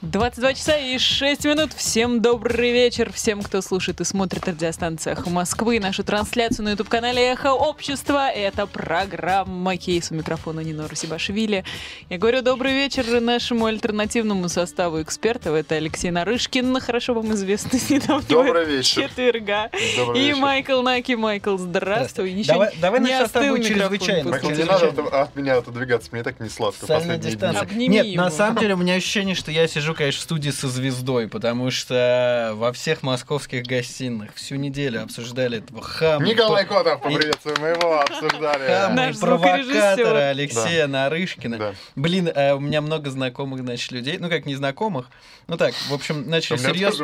22 часа и 6 минут. Всем добрый вечер. Всем, кто слушает и смотрит радиостанцию «Эхо Москвы» и нашу трансляцию на YouTube-канале «Эхо Общества». Это программа «Кейс». У микрофона Нина Русибашвили. Я говорю добрый вечер нашему альтернативному составу экспертов. Это Алексей Нарышкин, хорошо вам известный с недавнего четверга. И Майкл Наки. Майкл, здравствуй. Давай наш состав будет чрезвычайно. Майкл, не надо от меня отодвигаться. Мне так не сладко последние дни. Нет, на самом деле у меня ощущение, что я сижу, конечно, в студии со звездой, потому что во всех московских гостиных всю неделю обсуждали этого хама. Николай Котов, поприветствуем его, обсуждали. Хама и провокатора Алексея Нарышкина. Блин, у меня много знакомых, значит, людей, ну как незнакомых, ну так, в общем, начали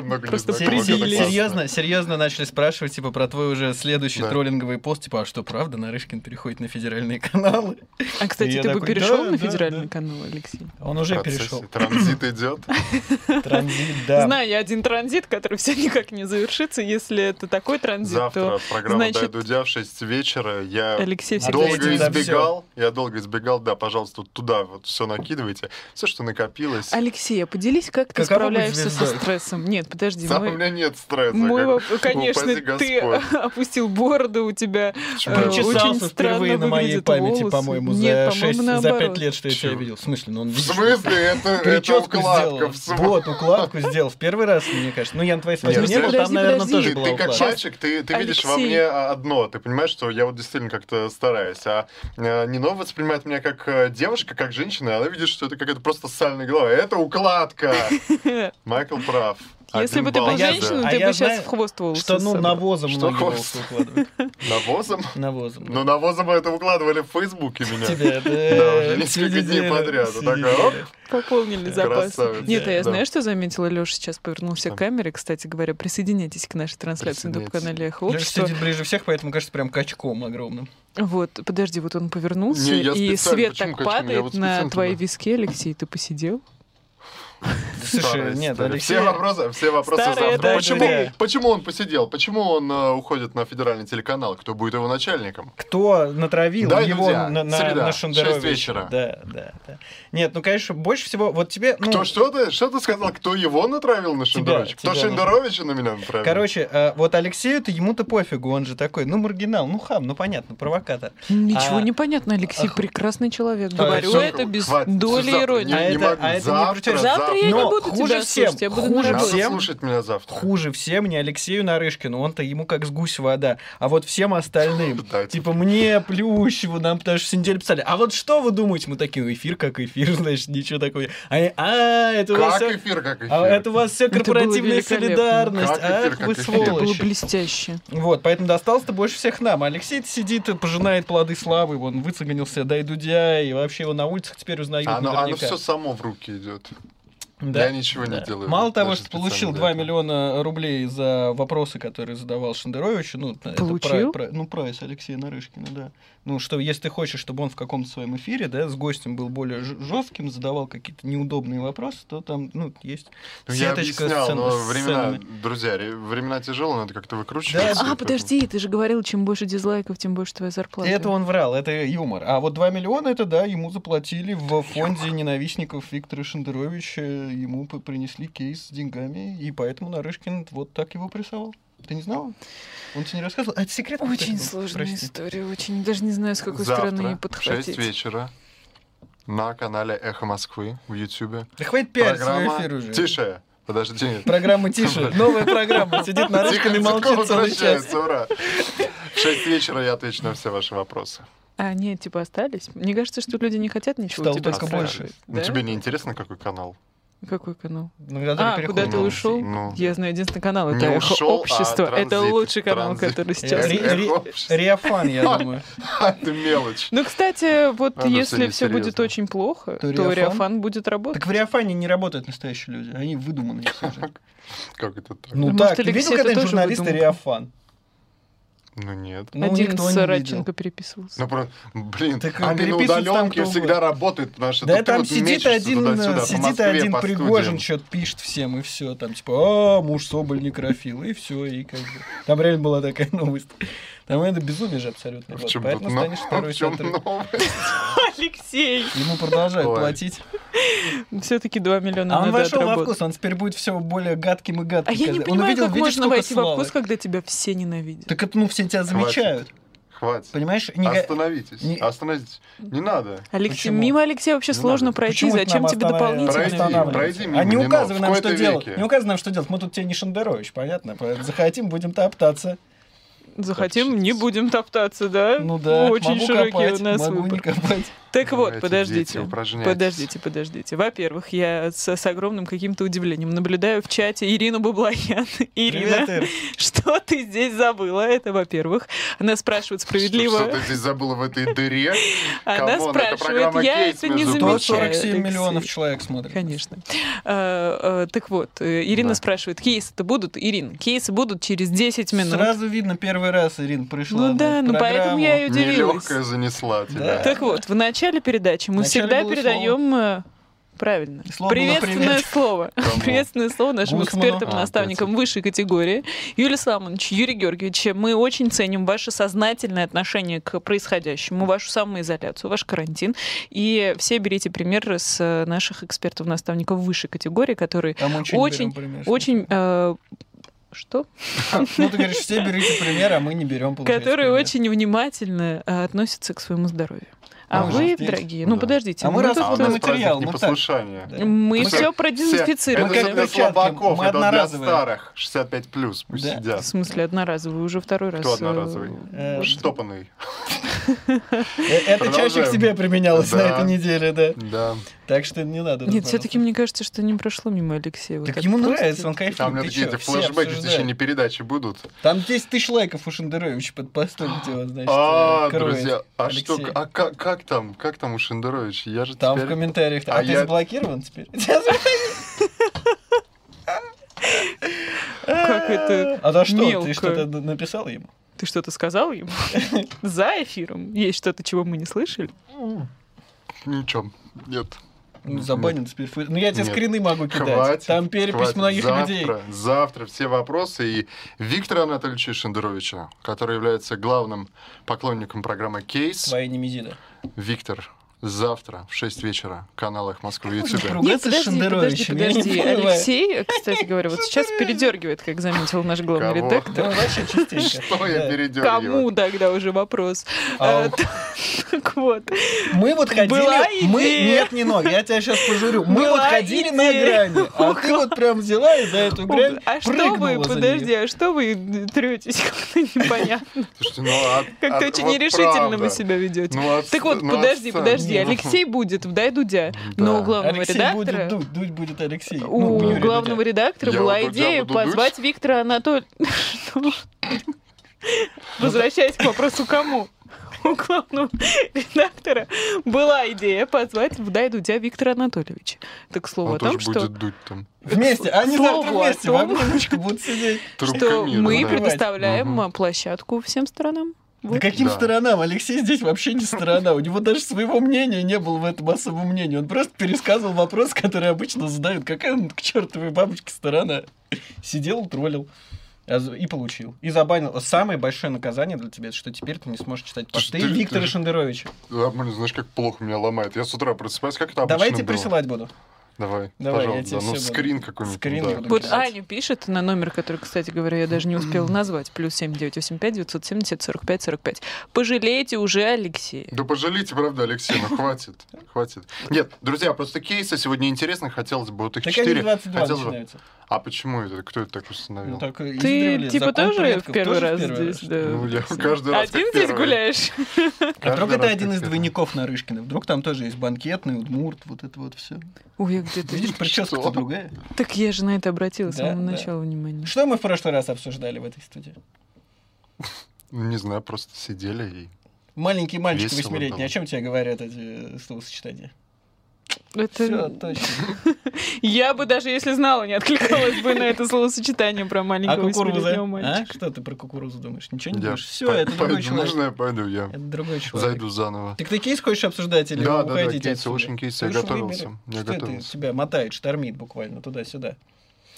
серьезно начали спрашивать, типа, про твой уже следующий троллинговый пост, типа, а что, правда, Нарышкин переходит на федеральные каналы? А, кстати, ты бы перешел на федеральный канал, Алексей? Он уже перешел. Транзит идет. Транзит, да. Знаю я один транзит, который все никак не завершится. Если это такой транзит, завтра то программа значит... Дудя в 6 вечера. Я Алексей долго избегал, да, пожалуйста, туда вот все накидывайте. Все, что накопилось. Алексей, а поделись, как ты справляешься со стрессом? Нет, подожди. У меня нет стресса. Конечно, ты опустил бороду, у тебя очень впервые на моей памяти, по-моему, за 5 лет, что я тебя видел. В смысле? Это укладка. Вот, укладку сделал в первый раз, мне кажется. Ну, я на твоей свадьбе не был, там, наверное, тоже была укладка. Ты как мальчик, ты видишь во мне одно. Ты понимаешь, что я вот действительно как-то стараюсь. А Нино воспринимает меня как девушка, как женщина, и она видит, что это какая-то просто сальная голова. Это укладка. Майкл прав. Если бы ты был женщиной, ты бы сейчас в хвост волосы. Что, навозом многие волосы укладывают. Навозом? Навозом. Ну, навозом это укладывали в Фейсбуке меня. Тебя, да, уже несколько дней подряд. Пополнили запас. Нет, а я знаю, что заметила. Лёша сейчас повернулся к камере. Кстати говоря, присоединяйтесь к нашей трансляции на YouTube-канале «Эхо Общества». Лёша сидит ближе всех, поэтому кажется прям качком огромным. Вот, подожди, вот он повернулся, и свет так падает на твои виски, Алексей. Ты посидел? Слушай, нет, Алексей... Все вопросы завтра. Почему он посидел? Почему он уходит на федеральный телеканал? Кто будет его начальником? Кто натравил его на Шендеровича? 6 вечера. Да. Нет, ну, конечно, больше всего... Вот тебе... Что ты сказал? Кто его натравил на Шендеровича? Кто Шендеровича на меня натравил? Короче, вот Алексею-то ему-то пофигу, он же такой, маргинал, хам, понятно, провокатор. Ничего не понятно, Алексей прекрасный человек. Говорю это без доли иронии. А это не про тебя. Завтра я не буду тебя слушать, я буду на работе. Надо слушать меня завтра. Хуже всем не Алексею Нарышкину, он-то ему как с гусь вода, а вот всем остальным. Типа мне, Плющеву, нам потому что всю неделю писали. А вот что вы думаете? Мы такие, эфир как эфир, значит, ничего такого. Это у вас как эфир, как эфир. Это у вас все корпоративная солидарность. Ах, вы сволочи. Это было блестяще. Вот, поэтому достался-то больше всех нам. Алексей сидит и пожинает плоды славы, он выцеганился до Дудя, и вообще его на улицах теперь узнают наверняка. Оно все само в руки идет. Да, я ничего не делаю. Мало того, что получил 2 миллиона рублей за вопросы, которые задавал Шендеровичу, получил? Это прайс Алексея Нарышкина, да. Что если ты хочешь, чтобы он в каком-то своем эфире, да, с гостем был более жестким, задавал какие-то неудобные вопросы, то там, есть сеточка. Я объяснял, но времена тяжелые, надо как-то выкручиваться. Да. Подожди, ты же говорил, чем больше дизлайков, тем больше твоя зарплата. Это он врал, это юмор. А вот 2 миллиона, это да, ему заплатили в фонде ненавистников Виктора Шендеровича, ему принесли кейс с деньгами, и поэтому Нарышкин вот так его прессовал. Ты не знала? Он тебе не рассказывал? А это секрет? Очень сложная история, очень. Даже не знаю, с какой стороны ее подхватить. В 6 вечера на канале «Эхо Москвы» в Ютьюбе. Да хватит пиарить свой эфир уже. Тише. Подожди. Программа «Тише». Новая программа. Сидит Нарышкин и молчит целый час. Ура. В 6 вечера я отвечу на все ваши вопросы. А, нет, остались? Мне кажется, что люди не хотят ничего у тебя только больше. Тебе не интересно, какой канал? Какой канал? Куда ты ушел? Я знаю единственный канал, это «Эхо Общества». Это лучший канал, который сейчас есть. Реафан, я думаю. Это мелочь. кстати, вот если все будет очень плохо, то Реафан будет работать. Так в Реафане не работают настоящие люди, они выдуманные все же. Как это так? Так, ты видел когда-нибудь журналиста Реафан? Нет. Один с Радченко переписывался. Они на удаленке всегда работают, потому что да, там сидит один Пригожин, что-то пишет всем, и все. Там муж Соболь некрофил, и все, и как бы. Там реально была такая новость. Там это безумие же абсолютно. В чем Поэтому станешь второй Шантаревич. Алексей! Ему продолжают платить. Все-таки 2 миллиона А он надо вошел во отработать. вкус, он теперь будет все более гадким и гадким. А я не Он понимаю, увидел, как видишь, можно сколько войти во славы. вкус, когда тебя все ненавидят. Так это, все тебя замечают. Хватит. Понимаешь? Остановитесь. Остановитесь. Не надо. Алексей, Почему? мимо Алексея вообще Не сложно надо. пройти. Почему ты Зачем нам тебе дополнительно? Пройди мимо, А не Нинок, указывай в нам, что кои-то делать. веки. Не указывай нам, что делать. Мы тут тебе не Шендерович, понятно? Захотим, будем топтаться. Захотим, не будем топтаться, да? Ну да, Очень могу широкий копать, у нас могу не выбор. копать. Так вот, Давайте, дети, упражняйтесь. подождите. Во-первых, я с огромным каким-то удивлением наблюдаю в чате Ирину Баблоян. Ирина, Привет, Ир. что ты здесь забыла? Это, во-первых. Она спрашивает справедливо. Что ты здесь забыла в этой дыре? Она Камон, это спрашивает, программа я «Кейс», это не между замечаю. прочим. 147 Алексей. миллионов человек смотрят. Конечно. Так вот, Ирина Да. спрашивает, кейсы-то будут? Ирин, кейсы будут через 10 минут. Сразу видно, первый раз Ирина пришла Ну да, на ну поэтому я и удивилась. Нелегкая занесла тебя. Так вот, в начале передачи мы В начале всегда было передаем... Правильно. Слово было Приветственное «привет». слово. Кому? Приветственное слово нашим Гусману. экспертам, наставникам высшей категории. Юлия Соломонович, Юрий Георгиевич, мы очень ценим ваше сознательное отношение к происходящему, вашу самоизоляцию, ваш карантин. И все берите пример с наших экспертов-наставников высшей категории, которые Там очень, берем пример. очень... Что? Ну, ты говоришь, все берите пример, а мы не берем, получается, Которые пример. очень внимательно относятся к своему здоровью. А Мы вы, же здесь. дорогие, ну Да. подождите, А мы мы раз тут- А у Расходный нас материал, праздник мы так. непослушания. Да. мы Мы все как продезинфицируем. Это как же для перчатки, слабаков, мы это для одноразовые. старых. 65+, пусть Да. В сидят. смысле одноразовый, уже второй раз. Кто одноразовый? Штопанный. Это чаще к Продолжаем. себе применялось на Да. этой неделе, да. Да. Так что не надо. Нет, все-таки мне кажется, что не прошло мимо Алексея. Вот Так так ему просто. нравится, он кайфует. Там у меня Ты такие чё, эти все флешбеки в обсуждают. течение передачи будут. Там 10 тысяч лайков у Шендеровича под постом, где он, значит, кроет Друзья, а что, Алексей. как там у Шендеровича? Я же Там в теперь... комментариях. А ты я- заблокирован теперь? Как это А за что? мелко. Ты что-то написал ему? Ты что-то сказал ему? За эфиром? Есть что-то, чего мы не слышали? Ничего, нет. Ну, забанен теперь. Ну, я тебе Нет. скрины могу кидать. Хватит, Там перепись хватит. многих завтра, людей. Завтра все вопросы. И Виктора Анатольевича Шендеровича, который является главным поклонником программы «Кейс». Твоя немезида. Виктор, завтра в 6 вечера в каналах Москвы и Можно Ютубе. поругаться с Шендеровичем? Я не понимаю. Алексей, кстати говоря, вот сейчас передергивает, как заметил наш главный Кого? редактор. Ну, вообще частенько. Что я Да. передергиваю? Кому тогда уже вопрос? А, Так вот. Мы вот ходили... Была Мы... идея. Нет, не ног, я тебя сейчас пожурю. Мы Была вот ходили на идея. грани, а ты вот прям взяла и за эту грань А что вы, прыгнула за подожди, неё. а что вы третесь? Как-то непонятно. Слушайте, ну, Как-то очень вот нерешительно вы правда. себя ведете. Ну, Так вот, ну, подожди, отстань. Алексей будет в «Дай Дудя», Да. но у главного Алексей редактора... будет Дудь будет Алексей. Ну, У Юрий главного Дудя. редактора Я была у Дудя идея буду позвать дуть? Виктора Анатольевича. Возвращаясь к вопросу, кому? У главного редактора была идея позвать в «Дай Дудя» Виктора Анатольевича. Так, к слову Он о том, тоже что... будет дуть там. Вместе, они Слово завтра о вместе, в том, обнимочку будут сидеть. Что Трубка мира, мы да. предоставляем Мгм. площадку всем сторонам. Да Вот. каким Да. сторонам? Алексей здесь вообще не сторона. У него даже своего мнения не было в этом особом мнении. Он просто пересказывал вопрос, который обычно задают. Какая он к чертовой бабочке сторона? Сидел, троллил. И получил. И забанил. Самое большое наказание для тебя, это что теперь ты не сможешь читать посты Ты- Виктора ты же- Шендеровича. Знаешь, как плохо меня ломает. Я с утра просыпаюсь, как это обычно Давайте было. присылать буду. Давай, Давай, я пожалуйста. тебе Да. Ну, всё скрин буду. какой-нибудь. Скрин да. буду. Вот Писать. Аня пишет на номер, который, кстати говоря, я даже не успела назвать. Плюс 7985 970 45 45. Пожалейте уже Алексея. Да пожалейте, правда, Алексей, ну хватит. Хватит. Нет, друзья, просто кейсы сегодня интересны. Хотелось бы вот их Так они 4. 22 Хотелось бы... начинаются. А почему это? Кто это так установил? Ну, так Ты издревле. типа Закон тоже предков в первый тоже раз первый здесь? Да. Ну, я каждый раз Один как здесь первый. гуляешь? А вдруг Каждый это раз один как из первый. двойников Нарышкина? Вдруг там тоже есть банкетный, удмурт, вот это вот все. Ой, я где-то... Видишь, прическа-то Что? другая. Так я же на это обратила с Да, самого да. начала внимания. Что мы в прошлый раз обсуждали в этой студии? Ну, не знаю, просто сидели и... Маленький мальчик Весело 8-летний. было. О чем тебе говорят эти словосочетания? Это... Все, точно. Я бы даже, если знала, не откликалась бы на это словосочетание про А маленького кукуруза? восьмилетнего А? мальчика. Что ты про кукурузу думаешь? Ничего не Я думаешь? Все, это другой пойду, человек. можно я пойду? Я Это другой человек. зайду заново. Так ты кейс хочешь обсуждать или Да, уходить кейсы, отсюда? очень кейсы, я Ты уж готовился. выбери. Я Что готовился. ты тебя мотает, штормит буквально туда-сюда.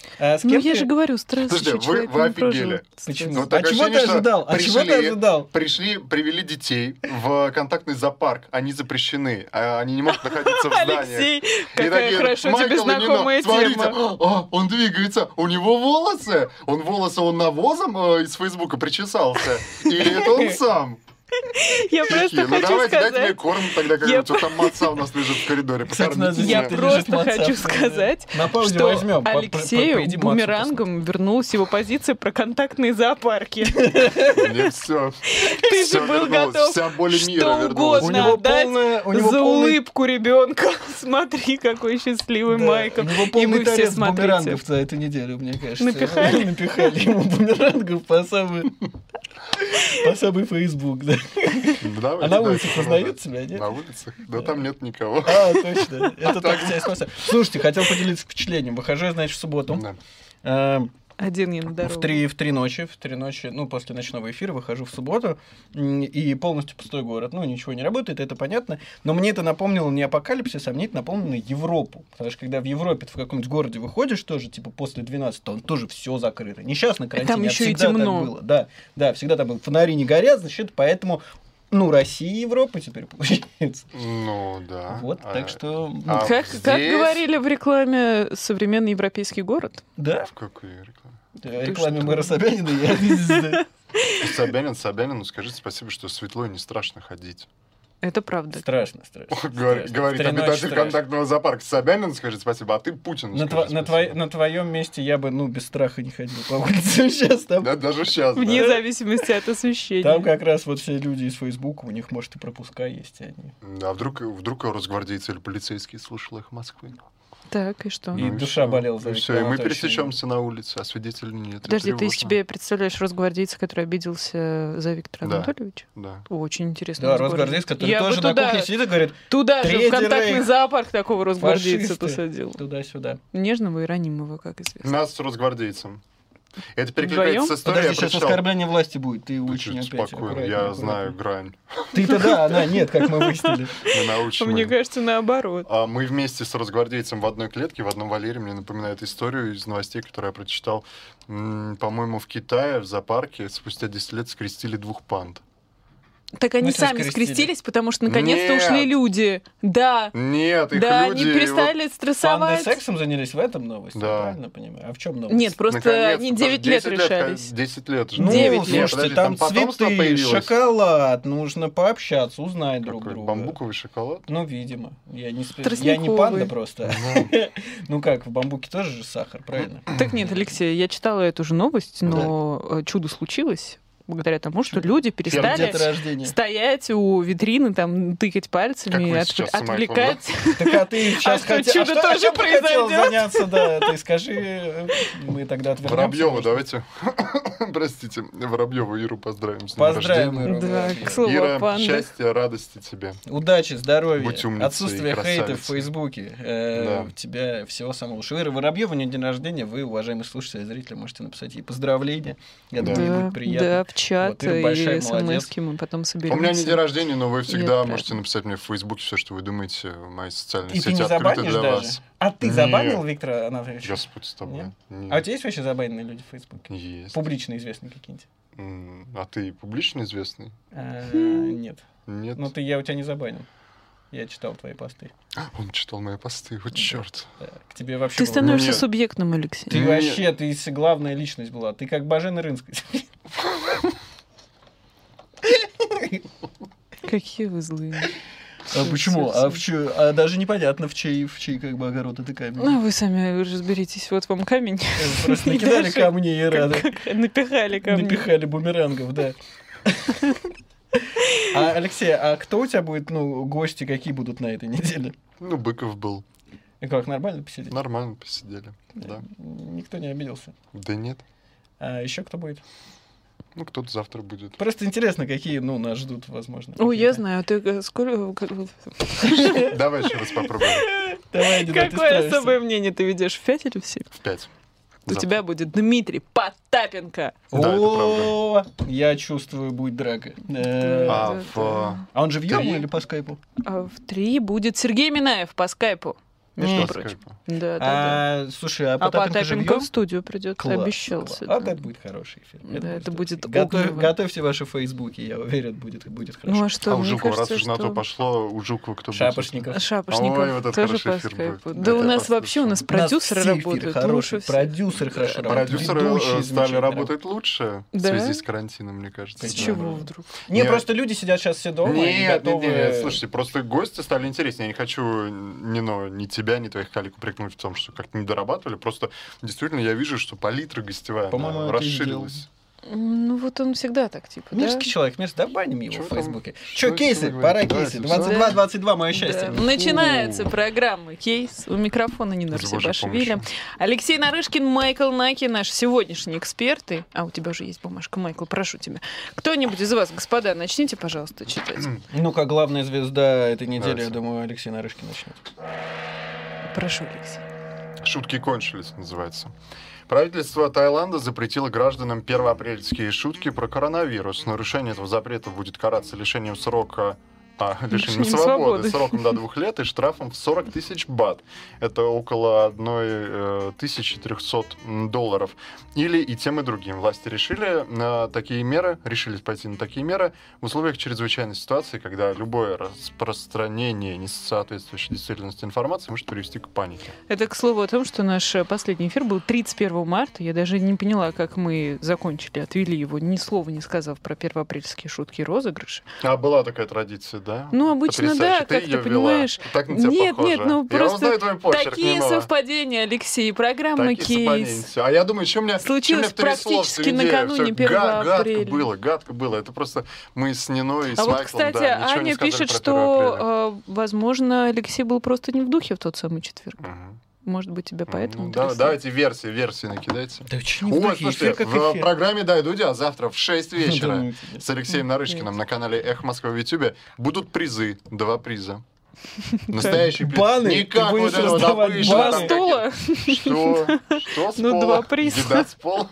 А с Ну, кем я ты- же говорю, стресс Подожди, еще вы человек не прожил. офигели. Стресс. Почему? Ну, А такое чего ты ощущение, что ожидал? А чего ты ожидал? Привели детей в контактный зоопарк. Они запрещены. Они не могут находиться в здании. Алексей, И какая такие, хорошо «Майкл тебе и Нина, знакомая смотрите, тема. он двигается, у него волосы. Он навозом из Фейсбука причесался. И это он сам. Я Такие, просто ну хочу давайте, дайте мне сказать... корм тогда как-нибудь. Вот там маца у нас лежит в коридоре. Кстати, покормите надо Я меня». Ты просто лежит маца, хочу да. сказать, На паузе что возьмем. Алексею Поедим мацу бумерангом вернулась его позиция про контактные зоопарки. Мне все. Ты же был готов Вся боль мира что вернулась. У угодно него отдать полная... У него за полный... улыбку ребенка. Смотри, какой счастливый Да, Майкл. у него И полный вы все торец смотрите. бумерангов за эту неделю, мне кажется. Напихали? Напихали ему бумерангов по самый Facebook, да. Давайте, А на улице дайте, познают себя, нет? На улицах? Да там нет никого. А, точно. Это так тебя спасает. Слушайте, хотел поделиться впечатлением. Выхожу я, значит, в субботу. Да. Один я на дорогу. В 3 ночи, ну, после ночного эфира выхожу в субботу, и полностью пустой город. Ну, ничего не работает, это понятно. Но мне это напомнило не апокалипсис, а мне это напомнило Европу. Потому что когда в Европе ты в каком-нибудь городе выходишь тоже, типа после 12, то тоже все закрыто. Не сейчас на карантине, Там а еще и всегда темно. так было. Да, всегда там было. Фонари не горят, значит, поэтому... Ну, Россия и Европа теперь получается. Ну, да. Вот, так что... ну, А Как здесь- говорили в рекламе «Современный европейский город», да, В какой рекламе? в рекламе что? мэра Собянина я... Собянин, ну скажите спасибо, что светло и не страшно ходить. это правда. Страшно. Говорит В 3 ночи обитатель страшно. контактного зоопарка. Собянин, скажи спасибо, а ты Путин. На твоем месте я бы, без страха не ходил по улице сейчас. Там, Да, даже сейчас. Вне зависимости от освещения. там как раз вот все люди из Фейсбука, у них, может, и пропуска есть. Они. Да, вдруг росгвардейцы или полицейские слушал их Москвы. Так, и что? И Ну душа всё. болела за И все, и мы Виктора пересечемся на улице, а свидетелей нет. Это Подожди, ты тревожно. себе представляешь росгвардейца, который обиделся за Виктора Да. Анатольевича? Да. Очень интересно. Да, росгвардейец, который Я бы тоже на туда- кухне сидит и говорит, Туда же, в Третий контактный рейх. зоопарк такого росгвардейца Фашисты. посадил. туда-сюда. Нежного и ранимого, как известно. Нас с росгвардейцем. Это перекликается Вдвоем? с историей, Подожди, я сейчас прочитал. оскорбление власти будет, ты Ты очень чуть опять спокойно, аккуратнее, я аккуратнее. знаю грань. Ты-то да, она нет, как мы выяснили. Мы научим. Мне кажется, наоборот. А мы вместе с росгвардейцем в одной клетке, в одном вольере. Мне напоминает историю из новостей, которую я прочитал. По-моему, в Китае, в зоопарке, спустя 10 лет скрестили 2 панд. Так они смысле сами скрестили? скрестились, потому что наконец-то Нет. ушли люди. Да. Нет, их Да, люди... они перестали Панды стрессовать. сексом занялись в этом новости, Да. правильно понимаю? А в чем новость? Нет, просто Наконец-то, они 9 лет 10 решались. 10 лет же. Ну, 9 лет. слушайте, Подожди, там потомство цветы, появилось. шоколад, нужно пообщаться, узнать друг Какой друга. бамбуковый шоколад? Ну, видимо. Я не Тростниковый. панда просто. Ну как, в бамбуке тоже же сахар, правильно? Так нет, Алексей, я читала эту же новость, но чудо случилось благодаря тому, что люди перестали Где-то рождение. стоять у витрины, там, тыкать пальцами, Как вы сейчас с Майклом, отвлекать. Так а ты сейчас что, хотел... чудо тоже чем ты хотел произойдет? заняться, да? Ты скажи, мы тогда отвернемся. Воробьева, может. давайте. Простите, Воробьеву Иру поздравим с днем Поздравим, рождения. Иру. Да, Воробьеву. к слову Ира, о пандах. счастья, радости тебе. Удачи, здоровья, Будь умницей отсутствие и хейта в красавицей. Фейсбуке. Да. Тебя всего самого лучшего. Ира Воробьева, у нее день рождения. Вы, уважаемые слушатели и зрители, можете написать ей поздравления. Я Да. думаю, ей Да, будет приятно. да, в чат Вот, Ира и большая молодец. смс-ки мы потом У соберемся. меня не день рождения, но вы всегда отправим. можете написать мне в Фейсбуке все, что вы думаете. Мои социальные И ты сети не открыты забанишь для даже? вас. А ты Нет. забанил Виктора Анатольевича? Господь с тобой. Нет? Нет. А у тебя есть вообще забаненные люди в Фейсбуке? Есть. Публично известные какие-нибудь? А ты публично известный? Нет. Нет. Ну, я у тебя не забанил. Я читал твои посты. Он читал мои посты, вот черт. Да. К тебе вообще Ты было- становишься Нет. субъектом, Алексей. Ты Нет. вообще, ты главная личность была. Ты как Бажена Рынская. Какие вы злые. А почему? А даже непонятно, в чей как бы огород это камень. Ну, вы сами разберитесь. Вот вам камень. Просто И накидали дальше камни и рады. Напихали камни. Напихали бумерангов, да. А, Алексей, а кто у тебя будет, гости какие будут на этой неделе? Ну, Быков был. И как, нормально посидеть? Нормально посидели. Да. Никто не обиделся. Да нет. А еще кто будет? Ну, кто-то завтра будет. Просто интересно, какие, нас ждут, возможно. Ой, я какие-то. знаю. Ты сколько... Давай еще раз попробуем. Давай, Дина, ты Какое справишься. особое мнение ты ведешь? В 5 или в 7? В 5. У тебя будет Дмитрий Потапенко. Да, это О, я чувствую, будет драка. А А он же в Яму Три? или по скайпу? А в 3 будет Сергей Минаев по скайпу. между Не. прочим. Да. Слушай, а А Потапенко Потапенко в студию придет, Класс, обещался. класс. А да. это будет хороший фильм. Да, это будет Готовь- огнево. Готовьте ваши фейсбуки, я уверен, будет хорошо. Ну а что, А у мне Жукова, раз кажется, уж на то что... пошло, у Жукова кто будет? Шапошников. Шапошников Ой, вот это тоже хороший по эфир скайпу. будет. Да Это у нас послушаем. вообще, у нас У нас продюсеры все эфиры работают хорошие, лучше всех. продюсеры хорошо работают, Продюсеры ведущие стали замечательно работать лучше в Да? связи с карантином, мне кажется. С да. чего вдруг? Не, Нет. просто люди сидят сейчас все дома и Нет, готовы... нет, слушайте, просто гости стали интереснее. Я не хочу ни тебя, ни твоих коллег упрекнуть в том, что как-то не дорабатывали. Просто действительно я вижу, что палитра гостевая По-моему, она это и расширилась. Ну вот он всегда так, типа, да? Мерзкий человек, добавим его Чё в там? Фейсбуке. Что Че, кейсы? вы Пора говорите? кейсы. Давайте, 22-22, мое счастье. Да. Начинается программа «Кейс». У микрофона Нина С Божьей Русибашвили. помощью. Алексей Нарышкин, Майкл Наки, наши сегодняшние эксперты. А у тебя уже есть бумажка, Майкл, прошу тебя. Кто-нибудь из вас, господа, начните, пожалуйста, читать. Ну, как главная звезда этой недели, Давайте. я думаю, Алексей Нарышкин начнет. Прошу, Алексей. Шутки кончились, называется. Правительство Таиланда запретило гражданам первоапрельские шутки про коронавирус. Нарушение этого запрета будет караться лишением лишением Лишением свободы свободы. сроком до 2 лет и штрафом в 40 тысяч бат. Это около 1300 долларов. Или и тем, и другим. Власти решили пойти на такие меры в условиях чрезвычайной ситуации, когда любое распространение несоответствующей действительности информации может привести к панике. Это, к слову, о том, что наш последний эфир был 31 марта. Я даже не поняла, как мы закончили, отвели его, ни слова не сказав про первоапрельские шутки и розыгрыши. А была такая традиция, да? Ну, обычно, Потрясающе. да, как ты её вела. понимаешь. Так на тебя Нет, похоже. нет, ну Я просто узнаю твой почерк, Такие Нинова. совпадения, Алексей. Программа Такие «Кейс». совпадения. А я думаю, что меня Случилось трясло практически всю неделю? накануне Всё 1 апреля. гадко было. Это просто мы с Ниной и с А вот, Майклом, кстати, да, ничего не Аня сказали пишет, про 1 апреля. что, возможно, Алексей был просто не в духе в тот самый четверг. Мгм. Может быть, тебя поэтому Ну, трясло? давайте версии накидайте. Да че не в Ой, духе, слушайте, эфир как в эфир. программе «Дай Дудя» завтра в 6 вечера Ну, с Алексеем Нарышкиным на канале «Эхо Москвы» в Ютубе будут призы. 2 приза. Настоящий приз. Баны? Не Ты как будешь вот это вот раздавать обычно, Два там стула? Что? Что с Ну, пола? 2 приза. Еда с пола?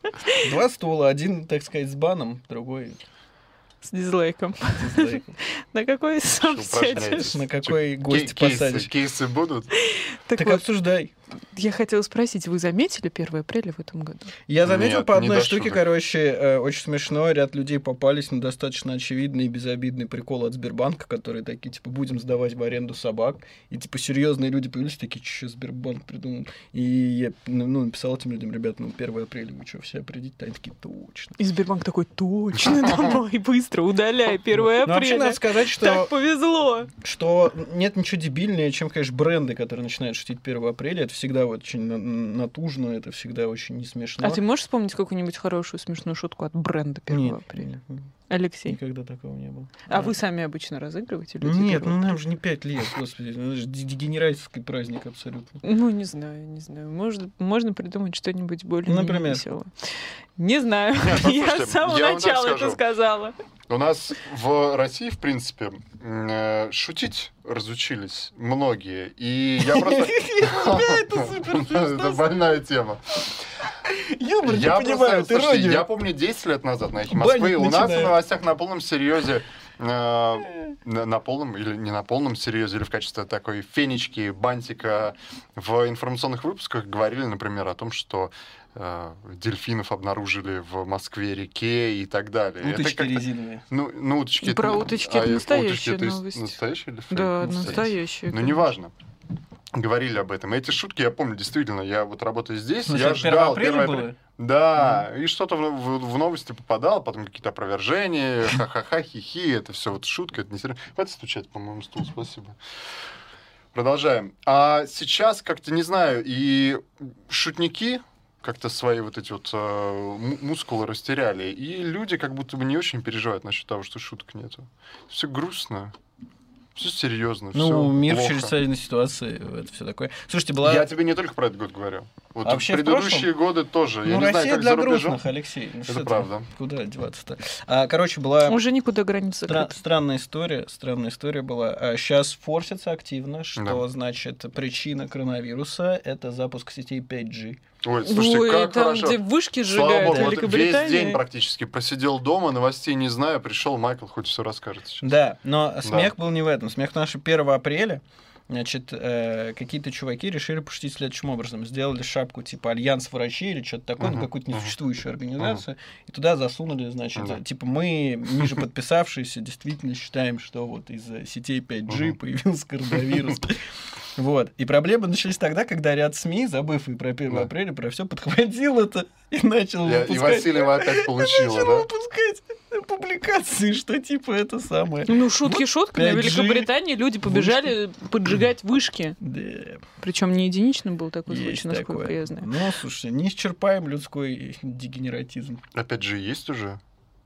2 стула, один, так сказать, с баном, другой С дизлайком. с дизлайком. На какой сам Что упражняетесь? сядешь? На какой гость посадишь? Кейсы будут? Так Так вот, обсуждай. я хотела спросить, вы заметили 1 апреля в этом году? Я заметил Нет, по не одной до штуке, шуток. короче, очень смешно. Ряд людей попались на достаточно очевидный и безобидный прикол от Сбербанка, которые такие, типа, будем сдавать в аренду собак. И, типа, серьезные люди появились, такие, что Сбербанк придумал. И я, написал этим людям, ребят, 1 апреля, вы что, все определите? Они такие, точно. И Сбербанк такой, точно, давай, быстро, удаляй 1 Но вообще апреля. надо сказать, Так повезло. что нет ничего дебильнее, чем, конечно, бренды, которые начинают шутить 1 апреля. Это всегда вот очень натужно, это всегда очень не смешно. А ты можешь вспомнить какую-нибудь хорошую смешную шутку от бренда 1 Нет, апреля? нет, Алексей. никогда такого не было. А вы сами обычно разыгрываете людей? Нет, 1 нам же не 5 лет, господи, это же дегенератский праздник абсолютно. Ну, не знаю. Можно придумать что-нибудь более Например? веселое. Не знаю. Нет, Я послушайте, с самого я вам так начала это скажу. сказала. У нас в России, в принципе, шутить разучились многие. И я просто... это супер Это больная тема. Юмор, Я не понимаю, просто, ты слушайте, я родину. помню 10 лет назад на «Эхе Банить Москвы» у нас в начинает. новостях на полном серьезе, на полном или не на полном серьезе, или в качестве такой фенечки, бантика в информационных выпусках говорили, например, о том, что дельфинов обнаружили в Москве-реке и так далее. Это Уточки как-то- резиновые. Ну, уточки... Про это- уточки это настоящая уточки новость. настоящие или фейк? Да, Настоящий. настоящие. Ну, неважно. Говорили об этом. Эти шутки я помню, действительно. Я вот работаю здесь, Ну, я это 1 ждал апреля 1 было? апреля. Да, и что-то в новости попадало, потом какие-то опровержения, ха-ха-ха, хи-хи, это все вот шутка, это не серьезно. Хватит стучать, по-моему, стул, спасибо. Продолжаем. А сейчас, как-то, не знаю, и шутники как-то свои вот эти вот мускулы растеряли, и люди как будто бы не очень переживают насчет того, что шуток нету. Все грустно. Все серьезно, все Ну, мир в плохо. чрезвычайной ситуации, это все такое. Слушайте, была... Я тебе не только про этот год говорю. Вот А вообще в предыдущие годы тоже. Я Ну, не знаю, Россия как для за рубежом. грустных, Алексей. Ну, что Это ты, правда. Куда деваться-то? Короче, была... Уже никуда границы закрыты. Странная история была. Сейчас форсится активно, что, значит, причина коронавируса — это запуск сетей 5G. Ой, слушайте, Ой, как там, хорошо. где вышки Слава сжигают, богу, вот весь Великобритания. день практически просидел дома, новостей не знаю, пришел Майкл, хоть все расскажет сейчас. Да, но смех был не в этом. Смех в том, что 1 апреля Значит, какие-то чуваки решили пошутить следующим образом. Сделали шапку типа Альянс врачей или что-то такое, какую-то несуществующую организацию, и туда засунули, значит, типа мы, ниже подписавшиеся, действительно считаем, что вот из-за сетей 5G появился коронавирус. Вот. И проблемы начались тогда, когда ряд СМИ, забыв и про 1 апреля, про все, подхватил это и начал выпускать. И Васильева опять получила, да? выпускать публикации, что типа это самое. Ну, шутки шутками. В Великобритании люди побежали поджигать вышки. Да. Причем не единичный был такой Есть случай, насколько такое. я знаю. Ну, слушай, неисчерпаем людской дегенератизм. Опять же есть уже?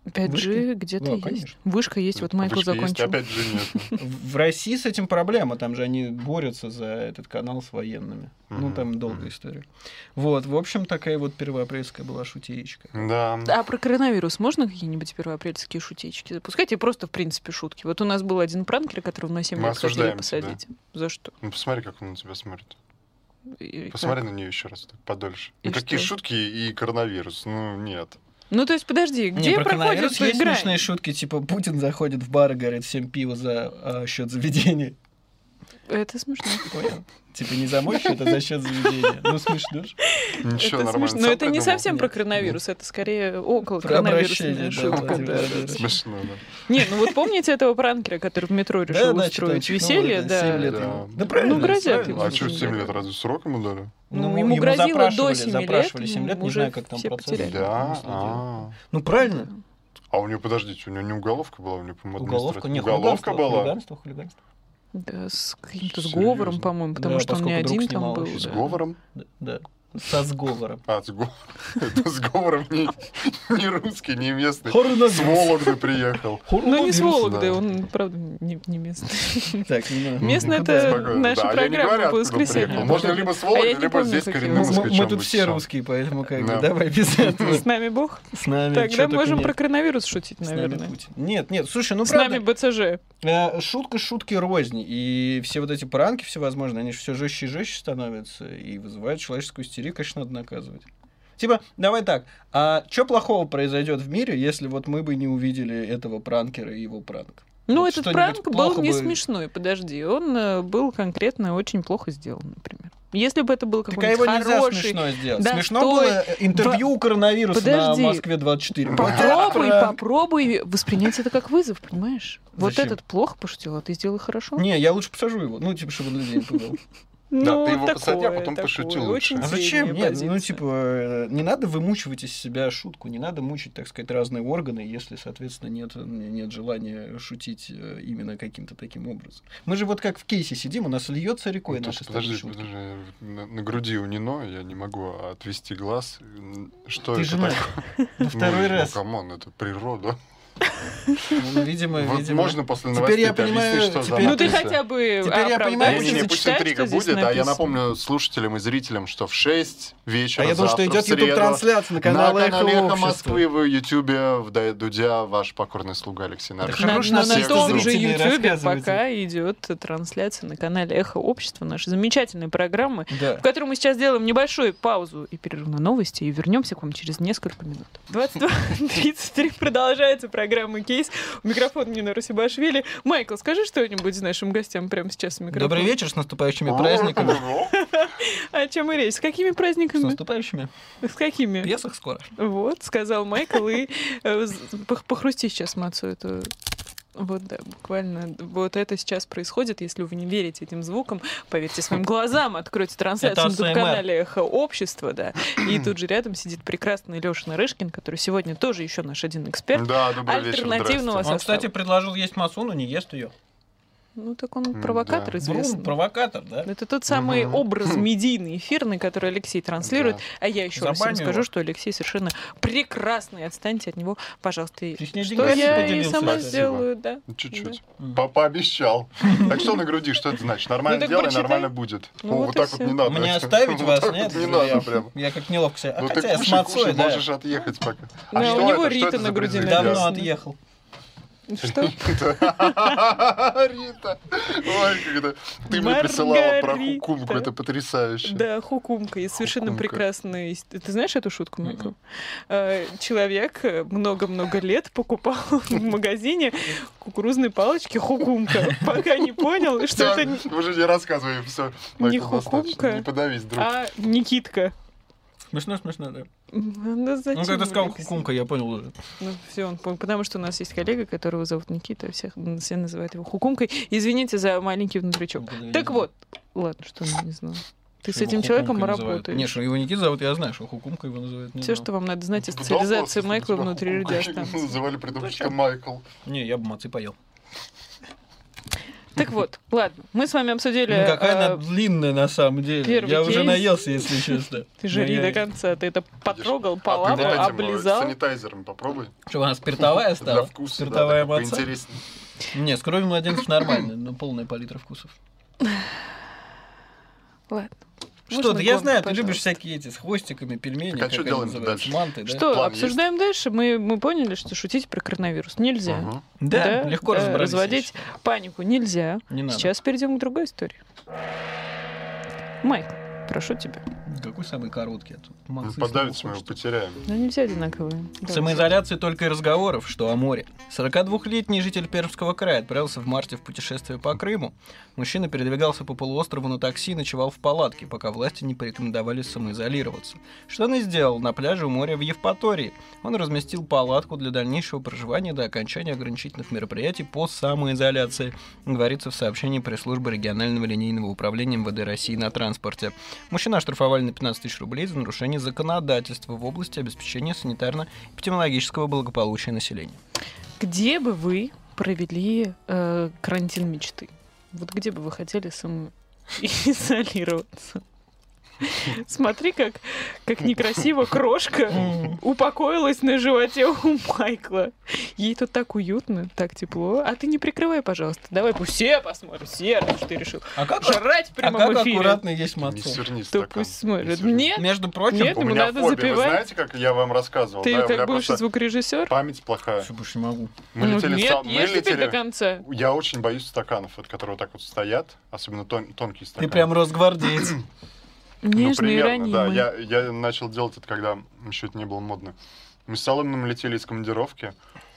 5G где-то Да, есть. конечно. Вышка есть, вот Майкл Вышка закончил. есть, опять же нет. В России с этим проблема, там же они борются за этот канал с военными. Ну, там долгая история. Вот, в общем, такая вот первоапрельская была шутеечка. Да. А про коронавирус можно какие-нибудь первоапрельские шутечки запускать? И просто, в принципе, шутки. Вот у нас был один пранкер, которого на 7 Мы лет хотели осуждаем посадить. За что? Ну, посмотри, как он на тебя смотрит. И Посмотри как? на нее еще раз, так, подольше. И Ну, какие что? шутки и коронавирус? Ну, нет. Ну, то есть, подожди, где про проходит коронавирус есть игра? смешные шутки, типа Путин заходит в бар и говорит всем пиво за счет заведения. Это смешно. Понял? Типа не за мой счет, а за счет заведения. Ну, смешно же. Ничего, Это нормально. смешно. Но Сам это не придумал? совсем про Нет. коронавирус, это скорее около Про коронавирусная обращение, шутка. да, Да, да, да, да. Смешно, да. Не, ну вот помните этого пранкера, который в метро решил устроить веселье? Да, Да. 7 лет Да. ему. Да правильно. Ну, грозят правильно. ему. А что, 7 лет разве срок ему дали? Ну, Ну, ему грозило до 7 лет, запрашивали 7 лет, не уже знаю, как там все процесс. потеряли. Да. Ну, правильно. А у него, подождите, у него не уголовка была, у него, по-моему, Уголовка, не уголовка была? Хулиганство. Да, с каким-то Серьёзно? сговором, по-моему, потому Да, что он не поскольку друг один там снимал был. еще. С да. говором? Да. Со сговором. А, это с говором не русский, не местный. Коронавирус. С Вологды приехал. Ну, не с Вологды, да. он, правда, не местный. Так, не надо. Местный — Спокойно, это наша да, я не говорю, программа по откуда воскресеньям. приехал. Можно либо с А я Вологды, не либо помню, здесь какие коренным у вас. москвичом Мы тут быть, все всё. русские, поэтому как бы Да. давай без этого. С нами Бог? С нами. Тогда чё только можем нет. про коронавирус шутить, С нами наверное. Путин. Нет, слушай, ну С нами правда, БЦЖ. шутка шутки рознь, и все вот эти пранки всевозможные, они же все жестче и жестче становятся, и вызывают человеческую истерию, конечно, надо наказывать. Типа, давай так, а что плохого произойдет в мире, если вот мы бы не увидели этого пранкера и его пранк? Ну, Вот этот что-нибудь пранк был плохо не бы- смешной, подожди. Он был конкретно очень плохо сделан, например. Если бы это был Так а его какой-нибудь нельзя хороший... смешно сделать. Да Смешно стой. было интервью у коронавируса Подожди. на Москве-24. Попробуй воспринять это как вызов, понимаешь? Вот Зачем? этот плохо пошутил, а ты сделал хорошо. Не, я лучше посажу его. Ну, типа, чтобы он людей не пугал. Ну, ты его такое, посади, а потом такое, пошути лучше. очень А зачем? средняя Нет, ну, позиция. типа, не надо вымучивать из себя шутку, не надо мучить, так сказать, разные органы, если, соответственно, нет желания шутить именно каким-то таким образом. Мы же вот как в кейсе сидим, у нас льется рекой Ну, наши тут, подожди, шутки. на груди у Нино я не могу отвести глаз. Что Ты это жена. такое? Во второй раз. Ну, камон, это природа. Ну, видимо, Вот можно после Теперь новостей я понимаю, объяснить, что за теперь- Ну, ты надпись? хотя бы Теперь я понимаю, оправдайся, почему- Не, пусть зачитай, интрига что здесь будет, а я написано. напомню слушателям и зрителям, что в 6 вечера А я думал, что завтра, идет в среду, YouTube-трансляция на на канале канале «Эхо «Эхо Общества». Москвы», в Ютубе, в Дудя, ваш покорный слуга Алексей Нарышкин. хорош на нас всех том же зрителей Ютубе рассказывайте. пока идет трансляция на канале Эхо Общества, нашей замечательной программы, Да. в которой мы сейчас сделаем небольшую паузу и перерыв на новости, и вернемся к вам через несколько минут. 22:33 продолжается программа «Кейс». У микрофона Нина Русибашвили. Майкл, скажи что-нибудь нашим гостям прямо сейчас в микрофон. Добрый вечер, с наступающими праздниками. О чем и речь? С какими С праздниками? наступающими. С какими? Песах скоро. Вот, сказал Майкл, и похрусти сейчас мацу эту. Вот, да, буквально вот это сейчас происходит. Если вы не верите этим звукам, поверьте своим глазам, откройте трансляцию Это на ASMR. канале «Эхо Общества», да. И тут же рядом сидит прекрасный Лёша Нарышкин, который сегодня тоже еще наш один эксперт. Да, добрый вечер, Альтернативного здрасте. Он, кстати, состава. предложил есть массу, но не ест ее. Ну, так он провокатор да. известный. Провокатор, да? Это тот самый Мгм. образ медийный, эфирный, который Алексей транслирует. Да. А я еще раз всем Забаню скажу, его. что Алексей совершенно прекрасный. Отстаньте от него, пожалуйста. И Ты с ней что деньгами я и поделился, сама спасибо. сделаю, да. Чуть-чуть. Да. Пообещал. Так что на груди, что это значит? Нормально Ну так делай, прочитай. нормально будет. Ну О, вот вот и так всё. вот не надо. Мне оставить Вот вас, так нет? вот не надо прям. Я как неловко себя. Ну ты Хотя я с кушай, мацой, кушай, да. можешь отъехать пока. Да, что у него это? Что Рита это на за груди презент? Давно написано. отъехал. Что? Рита. Ой, когда ты мне присылала про хукумку, это потрясающе. Да, хукумка. И совершенно прекрасный. Ты знаешь эту шутку, Майкл? Человек много-много лет покупал в магазине кукурузные палочки хукумка, пока не понял, что это уже не рассказывай, все. не хукумка, не подавись, друг. а Никитка. Смешно, да. Ну, когда сказал хукумка, я понял уже. Ну, все, он понял. Потому что у нас есть коллега, которого зовут Никита, все называют его хукумкой. Извините за маленький внутричок. Так вот, ладно, что не знаю. Ты с этим человеком работаешь. Нет, что его Никита зовут, я знаю, что хукумка его называют. Все, что вам надо знать из цивилизации Майкла внутри радиостанции. Называли придумщика Майкл. Не, я бы мацы поел. Так вот, ладно, мы с вами обсудили... Какая она длинная на самом деле. Я уже наелся, если честно. Ты жри до конца, ты это потрогал, полапал, облизал. Санитайзером попробуй. Что, она спиртовая стала? Для вкуса, Спиртовая да, маца? поинтереснее. Не, с кровью младенцев нормально, но полная палитра вкусов. Ладно. Что ты, я знаю, ты любишь всякие эти с хвостиками, пельмени, так, а что делаем дальше? Манты, да? Что, План обсуждаем дальше? Мы поняли, что шутить про коронавирус нельзя. Угу. Да, легко разобрались. Разводить панику нельзя. Не надо. Сейчас перейдем к другой истории. Майкл, прошу тебя. Какой самый короткий? Подавиться мы его потеряем. Да не все одинаковые. Самоизоляции только и разговоров, что о море. 42-летний житель Пермского края отправился в марте в путешествие по Крыму. Мужчина передвигался по полуострову на такси и ночевал в палатке, пока власти не порекомендовали самоизолироваться. Что он и сделал на пляже у моря в Евпатории. Он разместил палатку для дальнейшего проживания до окончания ограничительных мероприятий по самоизоляции, говорится в сообщении пресс-службы регионального линейного управления МВД России на транспорте. Мужчину оштрафовали на 15 тысяч рублей за нарушение законодательства в области обеспечения санитарно-эпидемиологического благополучия населения. Где бы вы провели карантин мечты? Вот где бы вы хотели самоизолироваться? Смотри, как некрасиво крошка упокоилась на животе у Майкла. Ей тут так уютно, так тепло. А ты не прикрывай, пожалуйста. Давай пусть все посмотрят. Все, что ты решил. Жрать в прямом эфире. Аккуратно есть мацу. Не сверни То стакан. пусть смотрят. Не Нет, Между прочим, нет, У ему меня надо фобия, вы запивать. знаете, как я вам рассказывал? Ты да, у как меня бывший просто звукорежиссер? память плохая. все больше не могу. Мы летели Нет, мы ешь теперь до летели. конца. Я очень боюсь стаканов, вот, которые вот так вот стоят, особенно тонкие стаканы. Ты прям росгвардеец. Нежный и примерно, да. ранимый. Я начал делать это, когда еще это не было модно. Мы с Соломиным летели из командировки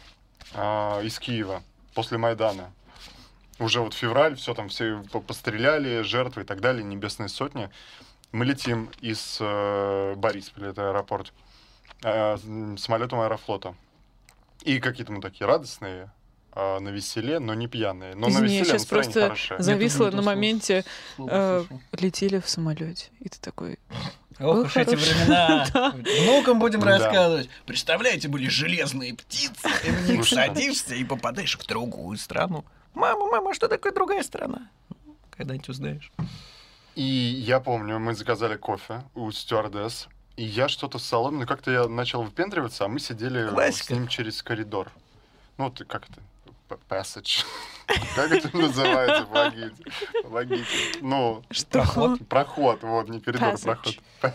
из Киева после Майдана. Уже вот февраль, все там, все постреляли, жертвы и так далее, небесные сотни. Мы летим из Борисполя, это аэропорт, самолетом Аэрофлота. И какие-то мы такие радостные, на веселе, но не пьяные. Но Извини, на я веселе сейчас просто хорошее. зависла Нет, на моменте. Слово Летели в самолете. И ты такой... Ох уж эти хорошо. времена. Да. Внукам будем Да. рассказывать. Представляете, были железные птицы. Ты в них Слушай. садишься и попадаешь в другую страну. Мама, что такое другая страна? Когда-нибудь узнаешь. И я помню, мы заказали кофе у стюардесс, и я что-то с Соломиной, как-то я начал выпендриваться, а мы сидели Классика. с ним через коридор. Ну, ты как это? Passage. Как это называется? Помогите. Ну, Что? проход, вот, не коридор, Passage. проход.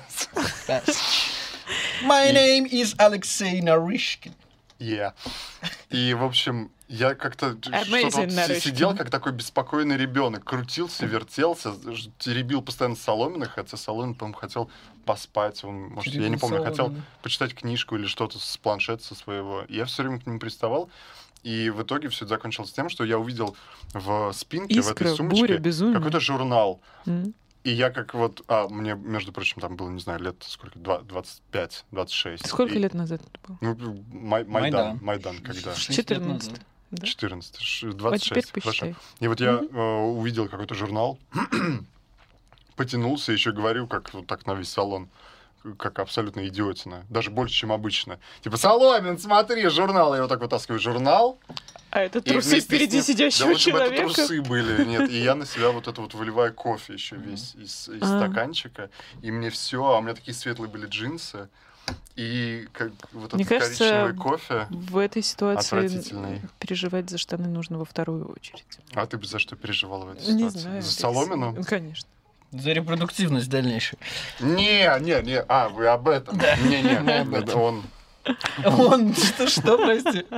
My name is Alexei Narishkin. Yeah. И, в общем, я как-то Amazing, что-то вот Нарышкин. сидел, как такой беспокойный ребенок, крутился, вертелся, теребил постоянно Соломина, хотя Соломин, по-моему, хотел поспать. Он, может, я не помню, хотел почитать книжку или что-то с планшета со своего. И я все время к нему приставал. И в итоге все это закончилось тем, что я увидел в спинке, в Искра, этой буря, сумочке, безумие. какой-то журнал. М. И я как вот... мне, между прочим, там было, не знаю, лет сколько, 25-26. Сколько И- лет назад это было? Ну, Майдан, когда? 14. Да? 14, А 26. теперь Хорошо. посчитай. И вот я увидел какой-то журнал, потянулся, еще говорю, как вот так на весь салон, как абсолютно идиотина. Даже больше, чем обычно. Типа, Соломин, смотри, журнал. Я вот так вытаскиваю журнал. А это и трусы вместе с впереди ним- сидящего да, в общем, человека? это трусы были. Нет, и я на себя вот это вот выливаю кофе еще весь из стаканчика. И мне все, а у меня такие светлые были джинсы. И как вот Мне этот кажется, коричневый кофе. В этой ситуации Отвратительный. переживать за штаны нужно во вторую очередь. А ты бы за что переживала в этой Не ситуации? знаю. За это Соломину? Ну, конечно. За репродуктивность дальнейшую. Не. Вы об этом. Не, Мы об это этом. он. Он, что, прости?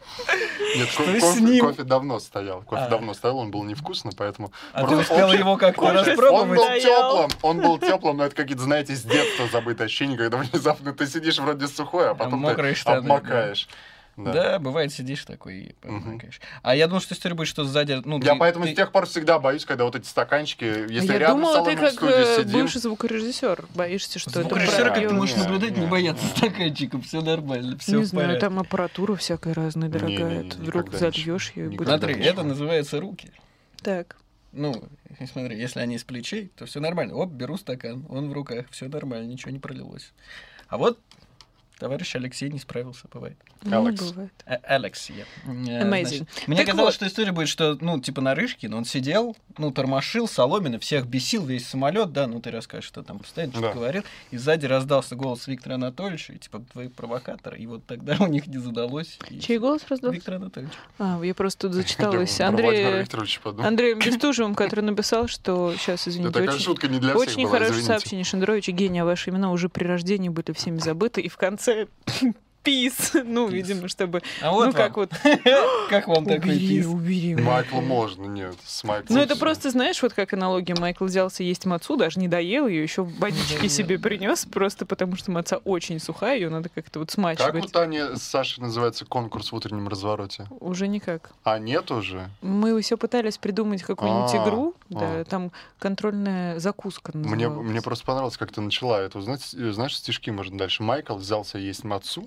Нет, Что с ним? кофе давно стоял. Он был невкусный, поэтому... А ты успел его как-то Он распробовать? был теплым, но это какие-то, знаете, с детства забытые ощущения, когда внезапно ты сидишь вроде сухой, а потом мокрые ты штаны, обмокаешь. Да, бывает, сидишь такой и помогаешь. А я думал, что история будет, что сзади... Я поэтому с тех пор всегда боюсь, когда вот эти стаканчики, если Я рядом с думала, ты салоном как студии сидим... бывший звукорежиссер боишься, что это Звукорежиссера как ты пробьёт. можешь наблюдать, не Не. бояться стаканчиков, все нормально, все Не в знаю, порядке. там аппаратура всякая разная, дорогая. Не-не-не, Вдруг никогда зальешь ее и будет... никогда. Смотри, Конечно. это называется руки. Так. Ну, смотри, если они с плечей, то все нормально. Оп, беру стакан, он в руках, все нормально, ничего не пролилось. А вот товарищ Алексей не справился, бывает. Ну, Алекс. бывает. Алекс, я. Amazing. Мне Так казалось, вот. что история будет, что, ну, типа на рыжке, но он сидел, ну, тормошил соломина, всех бесил, весь самолет, да, ну, ты расскажешь, что там постоянно что-то Да. говорил, и сзади раздался голос Виктора Анатольевича, и, типа, твои провокаторы, и вот тогда у них не задалось. И Чей голос раздался? Виктор Анатольевич. Я просто тут зачиталась Я про Владимира Андреем Викторовича подумал. Бестужевым, который написал, что... Сейчас, извините, Это такая очень... шутка не для всех Очень была, хорошее извините. сообщение Шендеровича. Гения, ваши имена уже при рождении были всеми забыты. И в конце пис. Ну, Пис. видимо, чтобы... А вот Ну, как вам. вот... Как вам такой Убери, пис? убери. Майклу можно, нет, с Майклом. Ну, это просто, знаешь, вот как аналогия. Майкл взялся есть мацу, даже не доел ее, еще водички себе принес, просто потому что маца очень сухая, ее надо как-то вот Как смачивать. у Тани с Сашей называется конкурс в утреннем развороте? Уже никак. А нет уже? Мы все пытались придумать какую-нибудь А, игру, а. да, там контрольная закуска называлась. Мне просто понравилось, как ты начала это. Знаешь, стишки можно дальше. Майкл взялся есть мацу.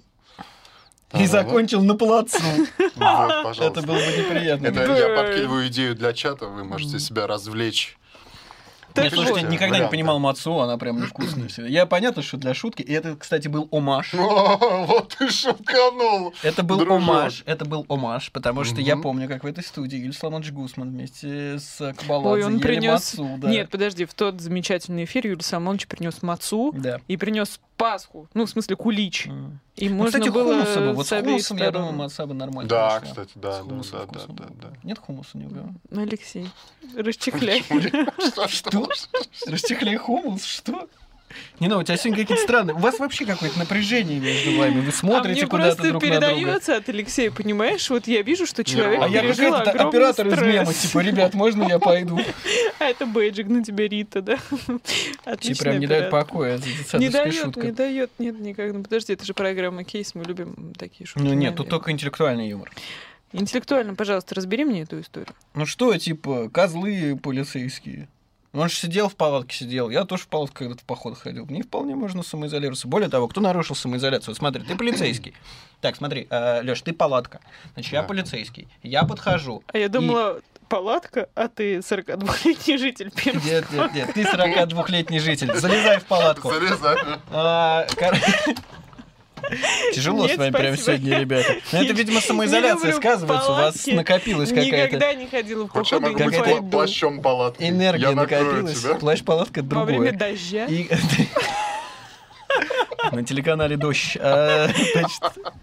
И закончил на плацу. Вот, пожалуйста. Это было бы неприятно. Это Да. я подкидываю идею для чата, вы можете себя развлечь. Так Нет, слушайте, вот. никогда не Варианты. понимал мацу, она прям невкусная всегда. Я понятно, что для шутки, и это, кстати, был омаж. О, вот ты шутканул! Это был Дружок. омаж, потому что я Мгм. помню, как в этой студии Юлий Соломонович Гусман вместе с Кабаладзе Ой, он ели принес. мацу, да. Нет, подожди, в тот замечательный эфир Юрий Соломонович принес мацу Да. и принес Пасху, ну, в смысле, кулич. И Ну, можно кстати, было хумуса бы. Вот с с обеих хумусом, я сторон. думаю, маца бы нормально Да, пошла. кстати, да, С да, хумусом да, вкусно да, было. да. Нет хумуса ни у кого? Алексей, расчехляй. Что? Расчехляй хумус? Что? Не, ну, у тебя сегодня какие-то странные. У вас вообще какое-то напряжение между вами. Вы А смотрите мне куда-то просто друг на друга. передается от Алексея, понимаешь? Вот я вижу, что человек А я пережил какой-то огромный оператор из стресс. мема, типа, ребят, можно я пойду? А это бейджик на тебе Рита, да? Тебе Отличный прям не дают оператор. покоя, это Не детсадовская дает, шутка. не дает, нет, никак. Ну подожди, это же программа Кейс, мы любим такие шутки. Ну нет, тут наверное. только интеллектуальный юмор. Интеллектуально, пожалуйста, разбери мне эту историю. Ну что, типа, козлы полицейские. Он же сидел в палатке, сидел. Я тоже в палатку когда-то в поход ходил. Мне вполне можно самоизолироваться. Более того, кто нарушил самоизоляцию? Вот смотри, ты полицейский. Так, смотри, Лёш, ты палатка. Значит, я Да. полицейский. Я подхожу. А я думала, палатка, а ты 42-летний житель Пермска. Нет, ты 42-летний житель. Залезай в палатку. Залезай. Тяжело Нет, с вами прямо спасибо. сегодня, ребята. Но это, видимо, Не самоизоляция люблю сказывается. У вас палатки. накопилась какая-то Никогда не ходила в Хочешь, я походы, могу не быть какая-то пойду. плащом палатки? энергия Я накрою накопилась. тебя. Плащ-палатка — это Во время другое. дождя. И- На телеканале «Дождь». Значит,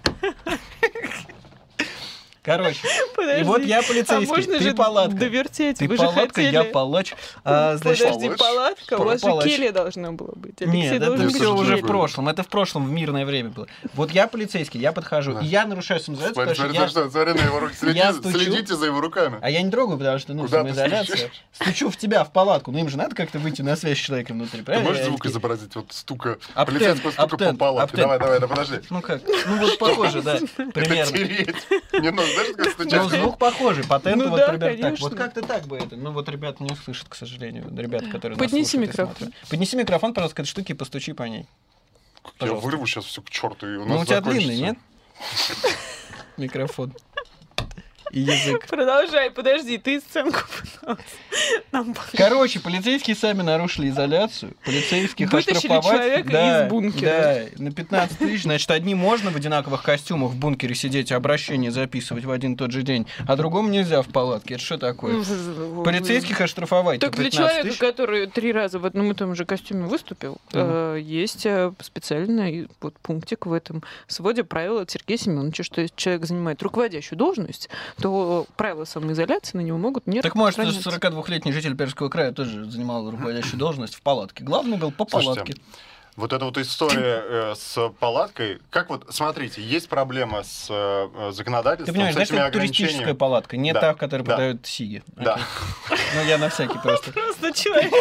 короче, Подожди. и вот я А полицейский, можно ты же палатка. довертеть? Ты Вы же палатка, хотели... я палач. Значит, Подожди, Палач? палатка? У вас же Палач. келья должна была быть. Алексей нет, должен это быть все в уже в келье. прошлом. Это в прошлом, в мирное время было. Вот я полицейский, я подхожу, Да. и я нарушаю самоизоляцию, Смотри, потому что я... смотри на его руки. Я стучу. Следите за его руками. А я не трогаю, потому что, ну, Куда ты самоизоляция. стучишь? Стучу в тебя, в палатку. Ну, им же надо как-то выйти на связь с человеком внутри, Ты правильно? можешь Я звук такие, изобразить? Вот стука, Аптен, полицейского стука аптен, по палатке. аптен. Давай, подожди. Ну как? Ну вот похоже, да, примерно. Тереть. Не нужно, знаешь, как Ну, стучать? звук похожий, патенты Ну вот да, примерно так. конечно. Вот как-то так бы это. Ну вот ребята не услышат, к сожалению. Ребята, которые нас Поднеси слушают и микрофон. смотрят. Поднеси микрофон, пожалуйста, к этой штуке и постучи по ней. Я Пожалуйста. вырву сейчас все к черту, и у Ну нас у тебя закончится. длинный, нет? Микрофон. И язык. Продолжай, подожди, ты сценку пытался нам показать. Короче, полицейские сами нарушили изоляцию. Полицейских Вытащили оштрафовать. человека Да, из бункера. Да, на 15 тысяч. Значит, одни можно в одинаковых костюмах в бункере сидеть и обращение записывать в один и тот же день, а другому нельзя в палатке. Это что такое? Полицейских оштрафовать. Так для 15 человека, тысяч. который 3 раза в одном и том же костюме выступил, есть специальный вот пунктик в этом своде правил от Сергея Семеновича, что если человек занимает руководящую должность, то правила самоизоляции на него могут не Так может, распространяться. 42-летний житель Пермского края тоже занимал руководящую должность в палатке. Главный был по Слушайте, палатке. Вот эта вот история с палаткой. Как вот, смотрите, есть проблема с законодательством, Ты понимаешь, с знаешь, этими это туристическая ограничениями. палатка, не Да, та, в которой да. продают сиги. Да. Окей. Ну, я на всякий просто. Просто человек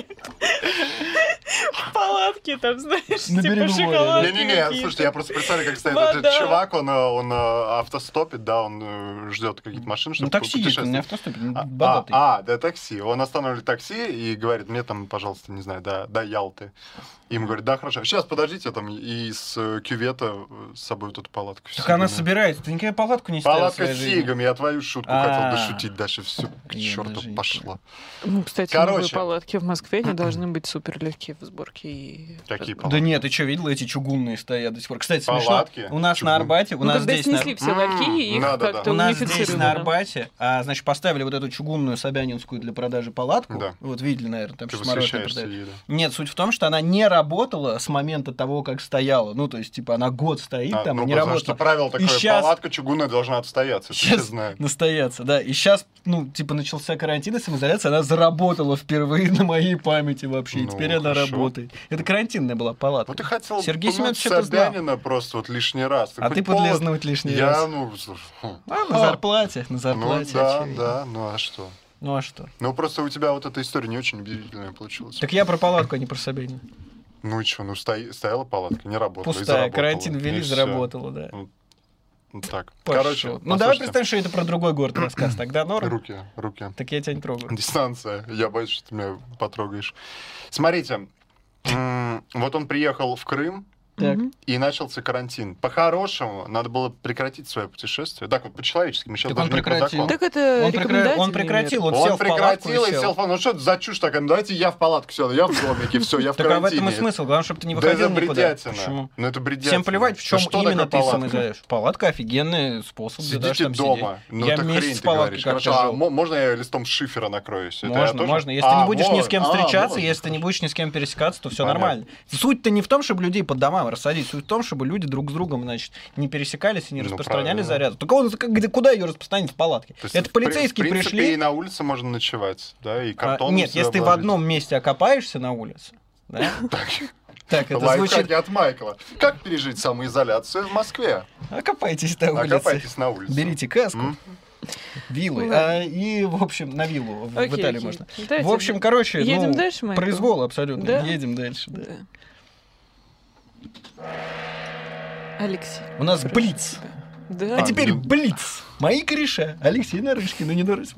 в палатке, там, знаешь, На типа берегу моря, да. шоколадки Не-не-не, какие-то. слушайте, я просто представляю, как стоит Вода. этот чувак, он автостопит, да, он ждет какие-то машины, чтобы Ну, такси есть, он не путешествовать. автостопит, богатый. Да, такси. Он останавливает такси и говорит, мне там, пожалуйста, не знаю, до Ялты. И ему говорит, да, хорошо. Сейчас, подождите, там, и из кювета с собой вот эту палатку. с Так она сигами. собирается, ты никогда палатку не ставил в Палатка своей с жизни? сигами, я твою шутку хотел дошутить, дальше все к Не, черту даже не пошло. Ну, кстати, Короче. новые палатки в Москве, они должны быть супер легкие в сборке. И... Какие Да палатки? нет, ты что, видел, эти чугунные стоят до сих пор. Кстати, смешно, Палатки? у нас на Чугун. Арбате, у Ну, нас когда здесь... снесли все ларьки, их да-да-да. как-то У нас здесь унифицировали. на да. Арбате, значит, поставили вот эту чугунную собянинскую для продажи палатку. Да. Вот видели, наверное, там Ты сейчас мороженое восхищаешься продают. ей, да? Нет, суть в том, что она не работала с момента того, как стояла. Ну, то есть, типа, она год стоит там, ну, и не потому что работала. правило такое, щас- палатка чугунная должна отстояться, это все Сейчас знают. настояться, да. И сейчас, ну, типа, начался карантин и самоизоляция, она заработала впервые на моей памяти вообще. И Ну, теперь она хорошо. работает. Это карантинная была палатка. Ну ты хотел Сергей пнуть Семенович это знал. Собянина просто вот лишний раз. А хоть ты повод- подлезнуть лишний Я, раз. ну, слушай, На зарплате, на ну зарплате. да, очевидно. да, ну а что? Ну а что? Ну просто у тебя вот эта история не очень убедительная получилась. Так я про палатку, а не про Собянина. Ну и что, ну стояла палатка, не работала. и Пустая, заработала. карантин И ввели, всё. заработала, да. Ну так. Пошёл. Короче, ну давай послушайте. представим, что это про другой город рассказ. Тогда норм? Руки. Так я тебя не трогаю. Дистанция. Я боюсь, что ты меня потрогаешь. Смотрите, вот он приехал в Крым, Так. и начался карантин. По-хорошему, надо было прекратить свое путешествие. Так вот, по-человечески, мы сейчас Так он даже не про прекратил. закон. Так это Он прекратил, он сел Он в палатку прекратил и и сел. сел. Ну что это за чушь такая? Ну давайте я в палатку сел, я в домике, все, я в Так а в карантине. этом и смысл. Главное, чтобы ты не Да выходил это никуда. бредятина. Почему? Ну это бредятина. Всем плевать, в чем Ну, что именно такое ты палатка? самоизоляешь. Палатка офигенный способ для того, Сидите чтобы дома. сидеть. Ну Я это месяц хрень в ты палатке говоришь. как-то Хорошо, жил. можно я листом шифера накроюсь? Это я Можно, тоже? можно. Если ты не будешь ни с кем встречаться, можно, если ты не хорошо. будешь ни с кем пересекаться, то все Понятно. нормально. Суть-то не в том, чтобы людей под домам рассадить, суть в том, чтобы люди друг с другом, значит, не пересекались и не Ну, распространяли правильно. заряд. Только куда ее распространить в палатке? То есть, Это в полицейские принципе, пришли. и на улице можно ночевать, да, и картоном Нет, себя если ты в обложить. одном месте окопаешься на улице, да? Так, это Лайфхаки звучит... от Майкла. Как пережить самоизоляцию в Москве? Окопайтесь на улице. Окопайтесь на улице. Берите каску. М? Виллы. Ладно. И, в общем, на виллу в Окей, Италии окей. можно. Давайте В общем, короче, едем ну, дальше, Майкл? произвол абсолютно. Да? Едем дальше, да. Да. Алексей. У нас прошу блиц. тебя. Да. А теперь ну- блиц. Мои кореша. Алексей Нарышкин, ну не Норрис.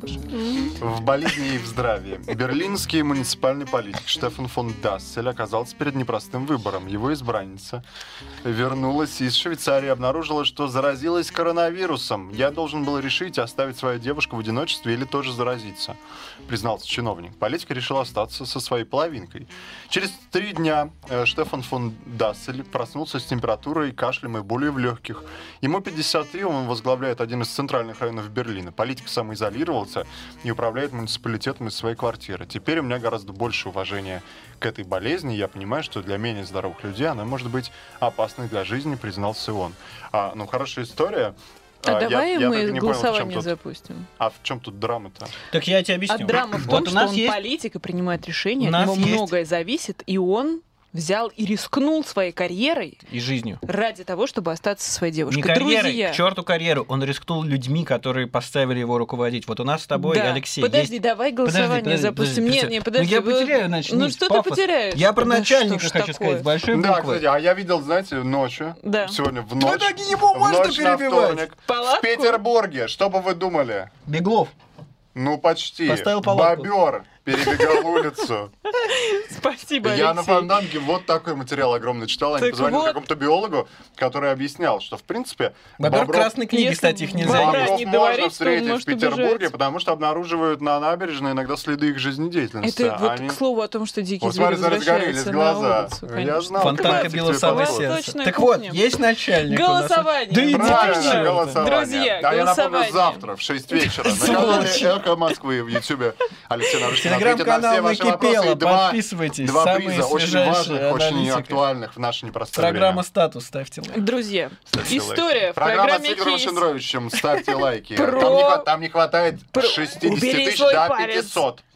В болезни и в здравии. Берлинский муниципальный политик Штефан фон Дассель оказался перед непростым выбором. Его избранница вернулась из Швейцарии и обнаружила, что заразилась коронавирусом. Я должен был решить, оставить свою девушку в одиночестве или тоже заразиться, признался чиновник. Политик решил остаться со своей половинкой. Через 3 дня Штефан фон Дассель проснулся с температурой, кашлем и болью в легких. Ему 53, он возглавляет один из центральных районов Берлина. Политик самоизолировался и управляет муниципалитетом из своей квартиры. Теперь у меня гораздо больше уважения к этой болезни. Я понимаю, что для менее здоровых людей она может быть опасной для жизни, признался он. Ну, хорошая история. Давай я мы только не понял, голосование запустим. А в чем тут драма-то? Так я тебе А объясню. драма в Вот том, у что нас он есть- политик и принимает решения, У от нас него есть- многое зависит, и он взял и рискнул своей карьерой И жизнью. ради того, чтобы остаться со своей девушкой. Не карьерой, Друзья, к черту карьеру. Он рискнул людьми, которые поставили его руководить. Вот у нас с тобой, да. Алексей, Подожди, есть... давай голосование запустим. Нет, не, подожди. Ну я вы- потеряю, значит, Ну нить, что пафос. ты потеряешь? Я про Да начальника что ж хочу такое? сказать, большой Да, буквы. кстати, а я видел, знаете, ночью, Да. сегодня в Вы ночь, так его в можно ночь на перебивать. вторник, Палатку? в Петербурге, что бы вы думали? Беглов. Ну, почти. Поставил палатку. Бобер перебегал улицу. Спасибо, Я на Алексей. фонтанке вот такой материал огромный читал. Я Так позвонил вот. какому-то биологу, который объяснял, что, в принципе, Во-первых, бобров- красные книги, Если кстати, их нельзя бобра есть. бобров не можно доварить, то он встретить в может Петербурге, убежать. потому что обнаруживают на набережной иногда следы их жизнедеятельности. Это вот Они- к слову о том, что дикие Вот звери смотри, разгорелись возвращаются глаза. на улицу. Я конечно. знал, Фонтанка как белого тебе самого подходит. сердца. Восточная Так кухня. вот, есть начальник у нас. Голосование. Да иди Правильно, ты, чёрт. голосование. Друзья, Да, я напомню, голосование. завтра в 6 вечера на Сволочь. канале «Эхо Москвы» в Ютубе Алексей Нарышкин ответит на все Телеграм-канал ваши вопросы. накипело, И два подписывайтесь. приза Самые очень свежайшие важных, очень аналитика. актуальных в наше непростое Программа время. «Статус» ставьте лайк. Друзья, Ставьте история лайки. в Программа с программе Виктором «Кейс». Шендровичем. Ставьте лайки. Про- Там не хватает Про- 60 Убери тысяч свой до палец. 500.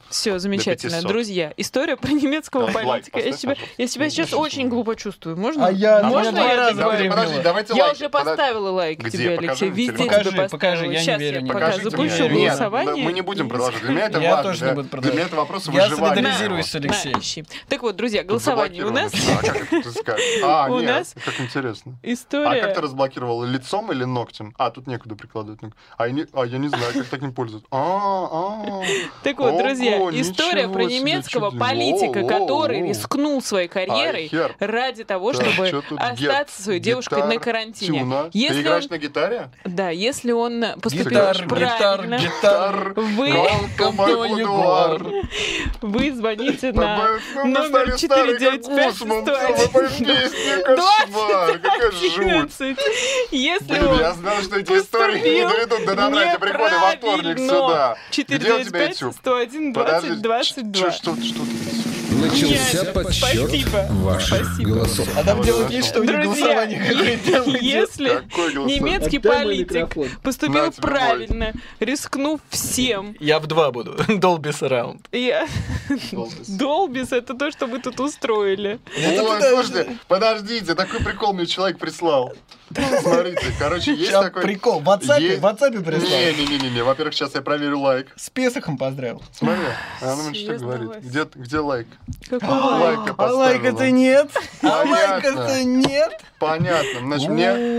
Все, замечательно. 500. Друзья, история про немецкого Лайк политика. Я поставь, себя сейчас очень глупо чувствую. Можно? А я Можно два я раза добавлю? перебила. Подожди, давайте Я лайк. уже поставила лайк Где? тебе, Покажи Алексей. мне Везде телефон. тебе Покажи, поставила. я не Сейчас верю я никому. пока Покажите запущу мне. Нет, голосование. мы не будем продолжать. Для меня это Я важно. тоже не буду Для продолжать. меня это вопрос Я выживания. солидаризируюсь с Алексеем. На, ищи. Так вот, друзья, голосование у нас. А как это ты скажешь? У Нет, нас как интересно. А история. как ты разблокировал? Лицом или ногтем? Тут некуда прикладывать ноготь. Я не знаю, как таким пользоваться. Так вот, друзья, Ого, история ничего про себе, немецкого чудо. политика, который О. рискнул своей карьерой Хер. ради того, Так, чтобы чё тут остаться своей девушкой на карантине. Тюна. Ты Если играешь он, на гитаре? да, если он поступил Гитар, правильно, гитар. вы, Welcome, my будуар. вы звоните на Мы номер стали старые, как 495 Гусман. Все, мы поем песни, кошмар. Какая жуть. 11. Если Блин, я он знал, что эти истории не доведут до добра эти приходы во вторник сюда. Где у тебя 495 YouTube? 101 20 22. Что ты несешь? Начался Нет, подсчет спасибо. ваших Спасибо. голосов. А там делают вид, что у них Друзья, голосование какое-то идет. если Какой голосование? немецкий Отдай мой политик микрофон. поступил На тебе правильно, рискнув всем, Я в 2 буду. Dolby Surround. Долбис — это то, что вы тут устроили. Ой, слушайте, подождите, такой прикол мне человек прислал. Смотрите, короче, есть Сейчас такой... прикол. В WhatsApp прислал. Не-не-не, во-первых, сейчас я проверю лайк. С Песохом поздравил. Смотри, она мне что Серьезно, говорит. Вася? Где лайк? Какой Лайк лайк? я А лайка-то поставила. нет. А Понятно. лайка-то нет. Понятно. Значит,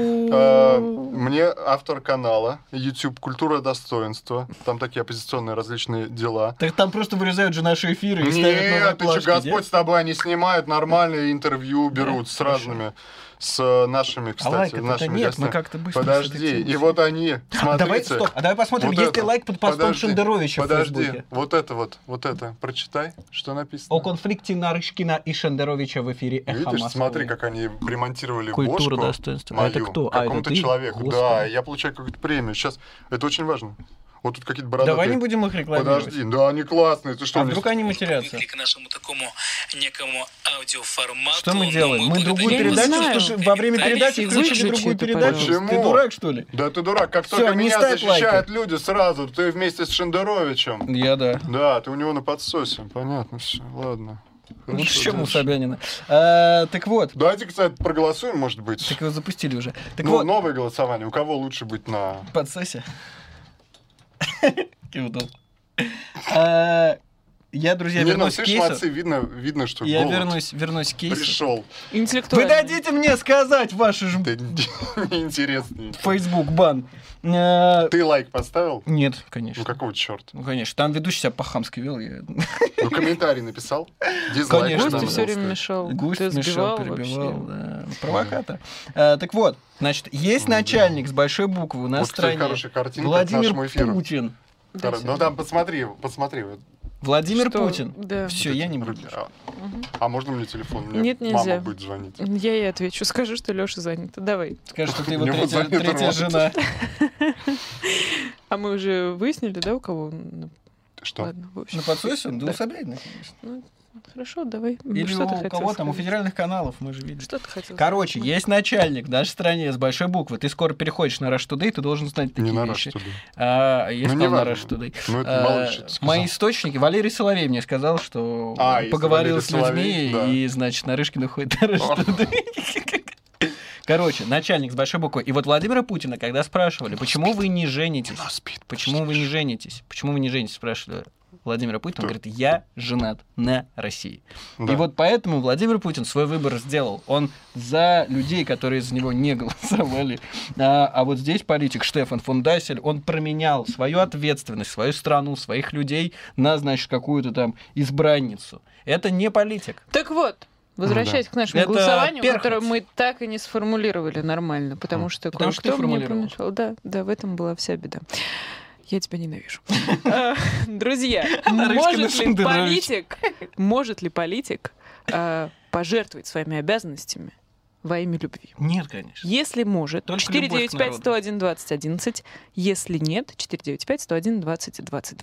мне автор канала YouTube «Культура достоинства». Там такие оппозиционные различные дела. Так там просто вырезают же наши эфиры и ставят новые Нет, ты что, плашки, Господь с тобой, они снимают нормальные интервью, берут с разными, с нашими, А кстати, лайка-то нашими нет, гостями. мы как-то быстро Подожди, сотексились. и вот они, смотрите. Давай, стоп, а давай посмотрим, Вот есть ли это. лайк под постом Подожди, Шендеровича в Подожди, Фейсбуке. вот это, прочитай, что написано. О конфликте Нарышкина и Шендеровича в эфире «Эхо Видишь, Москвы». смотри, как они ремонтировали Культура бошку достоинства. А мою, это кто? А, это какому-то ты? человеку. Господи. Да, я получаю какую-то премию. Сейчас, это очень важно. Вот тут какие-то бородатые... Давай не будем их рекламировать. Подожди, да, они классные, ты что? А вдруг они матерятся? К нашему такому некому аудиоформату. Что мы делаем? Мы другую Я не передачу, знаю. что во время передачи Алексей, включили выключи другую это, передачу? пожалуйста. Ты дурак, что ли? Да ты дурак, как Всё, только не меня ставь защищают люди сразу, ты вместе с Шендеровичем. Я да. Да, ты у него на подсосе, понятно все, ладно. Лучше, Хорошо, чем у дальше. Собянина. Так вот, Давайте, кстати, проголосуем, может быть. так его запустили уже. Так Ну, вот, новое голосование. У кого лучше быть на... подсосе. Какой удобно. Я, друзья, Не, ну, вернусь к слышь, кейсу. молодцы, видно, что Я голод вернусь к кейсу. пришел. Вы Интеллектуально. дадите мне сказать ваши же Ты неинтересный. Facebook бан. Ты лайк поставил? Нет, Ну, конечно. какого черта? Ну, конечно. Там ведущий себя по-хамски вел. Я... Ну, комментарий написал? Дизлайк. Конечно. Гости надо все было время ставить. мешал. Гусь Ты мешал, сбивал перебивал. вообще. Да. Провокатор. Так вот, значит, есть начальник с большой буквы у нас Вот, в кстати, стране. хорошая картинка к Владимир нашему эфиру. Путин. Да, Ну, там посмотри. Владимир Что? Путин. Да. Все, я не буду. А можно мне телефон? Мне Нет, нельзя. мама будет звонить. Я ей отвечу. Скажу, что Леша занят. Давай. Скажи, что ты У его него занят третья рот. жена. А мы уже выяснили, да, у кого? Ну, Что? Ладно, в общем. На подсосе он? Да Да. у Собянина, конечно. Ну, хорошо, давай. Или Что ты у хотел кого там, у сказать? федеральных каналов, мы же видели. Что ты хотел Короче, сказать? есть начальник в нашей стране с большой буквы. Ты скоро переходишь на Rush Today, ты должен знать такие Не на вещи. Rush Today. Я Ну, сказал не на важно. Rush Today. Ну, это мало ли что ты сказал. Мои источники, Валерий Соловей мне сказал, что Если поговорил Валерий с людьми, Соловей, да. и, значит, Нарышкин уходит на Rush Today. Короче, начальник с большой буквы. И вот Владимира Путина, когда спрашивали, почему вы не женитесь? Она спит. Почему вы не женитесь? Почему вы не женитесь? Спрашивали Владимира Путина. Он говорит, я женат на России. Да. И вот поэтому Владимир Путин свой выбор сделал. Он за людей, которые за него не голосовали. А вот здесь политик Штефан фон Дайсель, он променял свою ответственность, свою страну, своих людей на, значит, какую-то там избранницу. Это не политик. Так вот, возвращаясь к нашему Это голосованию, перхоть. которое мы так и не сформулировали нормально, потому что Потому что ты кое-кто мне формулировал. помешал. Да, в этом была вся беда. Я тебя ненавижу. Друзья, Нарышкина Шендерович. может ли политик пожертвовать своими обязанностями во имя любви? Нет, конечно. Если может, Только любовь к народу. 495-101-2011. Если нет, 495-101-2022.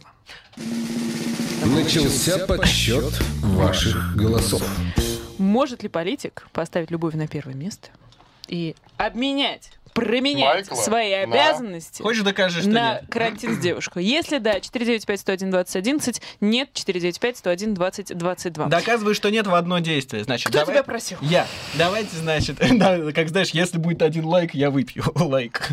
Начался подсчет ваших голосов. Может ли политик поставить любовь на первое место? и променять Майкла? свои На? обязанности Хочешь, докажи, что на нет? карантин с девушкой. Если да, 495-101-2011, нет, 495-101-2022. Доказываю, что нет в одно действие. Значит, Кто давай... тебя просил? Я. Давайте, значит, да, как знаешь, если будет 1 лайк, я выпью лайк.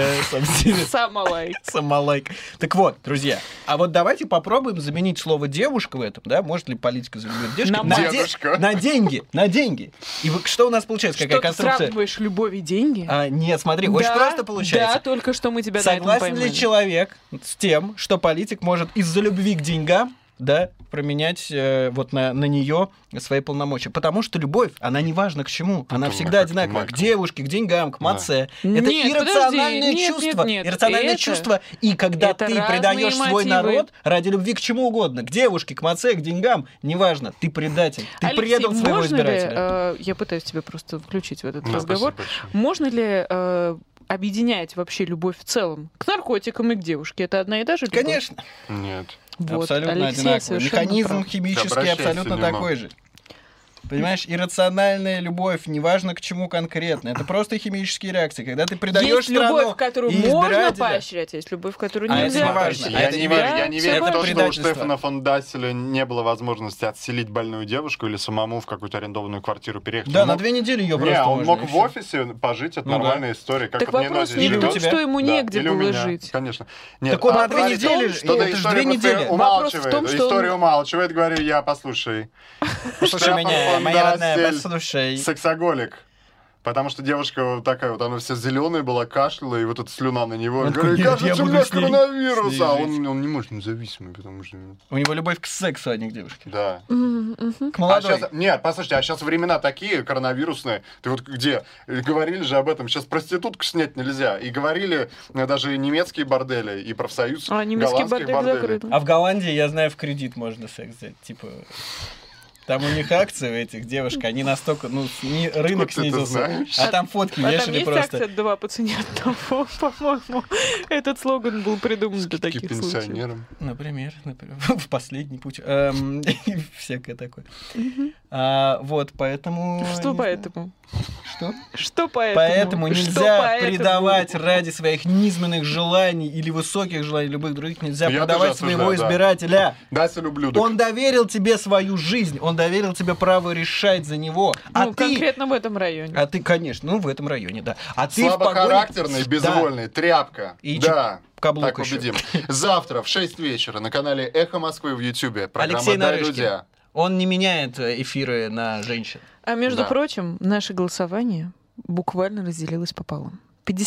Сама лайк. Сама лайк. Так вот, друзья, а вот давайте попробуем заменить слово девушка в этом, да? Может ли политика заменить девушку? На дедушка. На деньги. На деньги. И что у нас получается? Что Какая ты конструкция? сравниваешь любовь и деньги? Нет, смотри, очень Да, просто получается. Да, только что мы тебя Согласен на этом ли поймали. человек с тем, что политик может из-за любви к деньгам, да, променять вот на нее свои полномочия? Потому что любовь, она не важна к чему. Она Это всегда как одинакова. К Майкл. девушке, к деньгам, к маце. Это Нет, иррациональное подожди, нет, чувство. нет, нет. Иррациональное Это- чувство. И когда это ты разные предаешь свой мотивы. народ ради любви к чему угодно, к девушке, к маце, к деньгам, неважно, ты предатель. Ты Алексей, предал своего можно избирателя. ли, я пытаюсь тебя просто включить в этот Да, разговор, спасибо большое. можно ли объединять вообще любовь в целом к наркотикам и к девушке? Это одна и та же любовь? Конечно, Нет. Вот, абсолютно Алексей одинаково. совершенно Механизм прав. химический Обращайся, абсолютно Дима. такой же. Понимаешь, иррациональная любовь, неважно к чему конкретно, это просто химические реакции. Когда ты предаешь Есть страну любовь, которую и можно избирателя- поощрять, есть любовь, которую А это нельзя не важно. поощрять. А Я это не не верю, важно. я не Всё верю в важно. то, что у предательство. Штефана фон Дасселя не было возможности отселить больную девушку или самому в какую-то арендованную квартиру переехать. Да, Он на мог- 2 недели ее Не, просто он можно, мог и в всё. офисе пожить, это Ну да. нормальная история. Как Так вот мне вопрос Назя не в Или у том, живет. тебя. что ему Да, негде или у было меня, жить. Конечно. Так вот, на 2 вопрос в недели, том, что- Что-то это же история 2 недели. просто Вопрос в умалчивает. том, что История он- умалчивает, говорю я, послушай. Послушай Штефан меня, фон моя родная, Дассель, послушай. Сексоголик. Потому что девушка вот такая вот, она вся зеленая была, кашляла, и вот эта слюна на него. Он Он такой, говорит, «Нет, я кажется, у буду меня с ней- коронавирус. с ней А жить». он не может, независимый, потому что... У него любовь к сексу, а не к девушке. Да. К А молодой. щас- нет, послушайте, а сейчас времена такие коронавирусные. Ты вот где? Говорили же об этом. Сейчас проститутку снять нельзя. И говорили даже немецкие бордели, и профсоюз А немецкий голландских бордель закрыт. А в Голландии, я знаю, в кредит можно секс взять. Типа, там у них акции у этих девушек, они настолько, рынок Откуда ты это снизился. знаешь? А там фотки А там вешали есть просто. акция 2 по цене одного, по-моему. Этот слоган был придуман для Скидки таких случаев. пенсионерам. Например, в последний путь. Всякое такое. Вот, поэтому... Что не поэтому? знаю. Что? Что поэтому? Поэтому Что нельзя поэтому? предавать ради своих низменных желаний или высоких желаний любых других, нельзя Я предавать тоже осуждаю, своего да. избирателя. Дася ублюдок. Он доверил тебе свою жизнь, он доверил тебе право решать за него. А Ну, ты... конкретно в этом районе. А ты, конечно, в этом районе, да. А ты в Слабохарактерный, погоне- безвольный, тряпка. И да. каблук Так еще. победим. Завтра в 6 вечера на канале «Эхо Москвы» в Ютьюбе. Программа Алексей «Дай Нарышкин. друзья». Он не меняет эфиры на женщин. А между Да. прочим, наше голосование буквально разделилось пополам.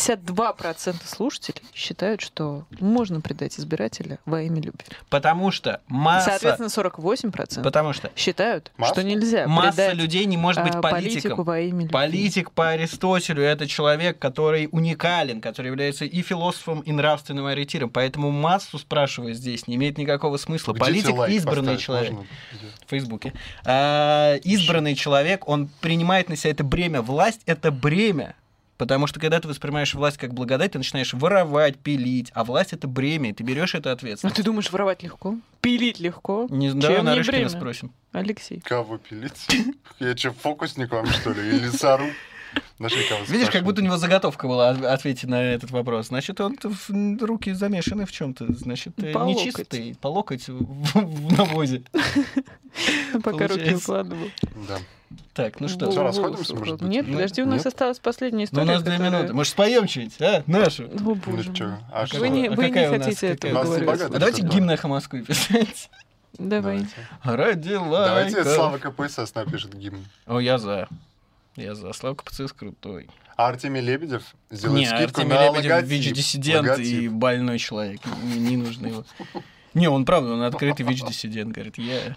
52% слушателей считают, что можно предать избирателя во имя любви. Потому что масса... Соответственно, 48% Потому что считают, Масса? что нельзя масса предать людей не может быть политику политиком. во имя любви. Политик по Аристотелю — это человек, который уникален, который является и философом, и нравственным ориентиром. Поэтому массу, спрашиваю здесь, не имеет никакого смысла. Где Политик тебе лайк — избранный поставить человек. можно? В Фейсбуке. Избранный человек, он принимает на себя это бремя. Власть — это бремя. Потому что когда ты воспринимаешь власть как благодать, ты начинаешь воровать, пилить. А власть — это бремя, и ты берешь эту А ответственность. ты думаешь, воровать легко? Пилить легко? Не Чем давай не Нарышкина бремя? спросим. Алексей. Кого пилить? Я что, фокусник вам, что ли? Или лесоруб? Нашли кого Видишь, как спрашивать. будто у него заготовка была ответить на этот вопрос. Значит, он руки замешаны в чем-то. Значит, По локоть. нечистый, по локоть в навозе. Пока руки Получается. укладывал. Да. Так, ну что, Всё, Волосы расходимся, может укладывал. быть? Нет, Ну, подожди, у нас нет. осталась последняя ну, история. у нас 2 которая- минуты. Может, споем что-нибудь, а? Нашу. О, Ну боже чё, мой. а Вы что? не, А вы не какая у нас- хотите какая? этого У нас говорить. богатая А давайте что-то. гимн «Эхо Москвы» писать. Давайте. Родила. Давайте Слава КПСС напишет гимн. О, я за. Славка ПЦС крутой. А Артемий Лебедев сделает Не, скидку Артемий на Лебедев логотип. ВИЧ-диссидент и Логотип. больной человек. Не нужно его. Не, он правда, он открытый ВИЧ-диссидент. Говорит, я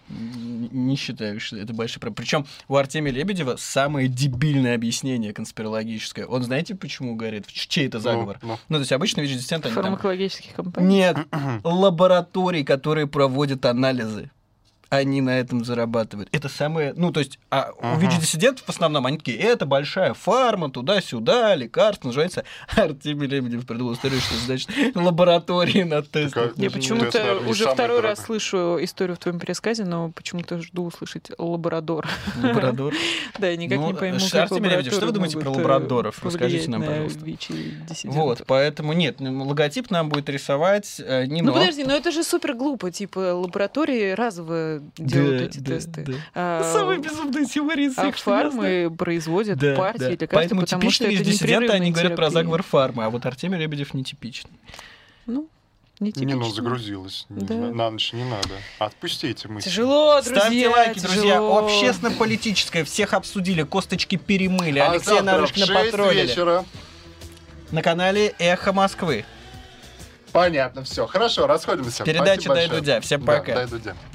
не считаю, что это большая проблема. Причем у Артемия Лебедева самое дебильное объяснение конспирологическое. Он знаете, почему говорит? Чей это заговор? Ну, Ну, то есть обычно ВИЧ-диссиденты, они там... Фармакологических компаний. Нет, лабораторий, которые проводят анализы. они на этом зарабатывают. Это самое... Ну, то есть, у ВИЧ-диссидентов в основном, они такие, это большая фарма, туда-сюда, лекарство, называется. Артемий Лебедев придумал историю, что значит лаборатории на тестах. Я почему-то уже второй раз слышу историю в твоем пересказе, но почему-то жду услышать лабрадор. Лабрадор? Да, я никак не пойму, как Артемий Лебедев, что вы думаете про лабрадоров? Расскажите нам, пожалуйста. Вот, поэтому нет, логотип нам будет рисовать Нино. Ну подожди, но это же супер глупо, типа лаборатории разово делают эти тесты. Самый безумный юморист. А фармы производят партии лекарства, поэтому потому что типичные это диссиденты, они говорят про терапия. заговор фармы, а вот Артемий Лебедев нетипичный. Ну, нетипично. Не, ну загрузилась. Да. На ночь не надо. Отпустите мысли. Тяжело, друзья, Ставьте лайки, друзья. тяжело. Общественно-политическое. Всех обсудили, косточки перемыли, А Алексея завтра в Нарышкина 6 потроллили. вечера. На канале «Эхо Москвы». Понятно, все. Хорошо, расходимся. Передача Спасибо «Дай большое. Дудя». Всем Да, пока. Дай Дудя.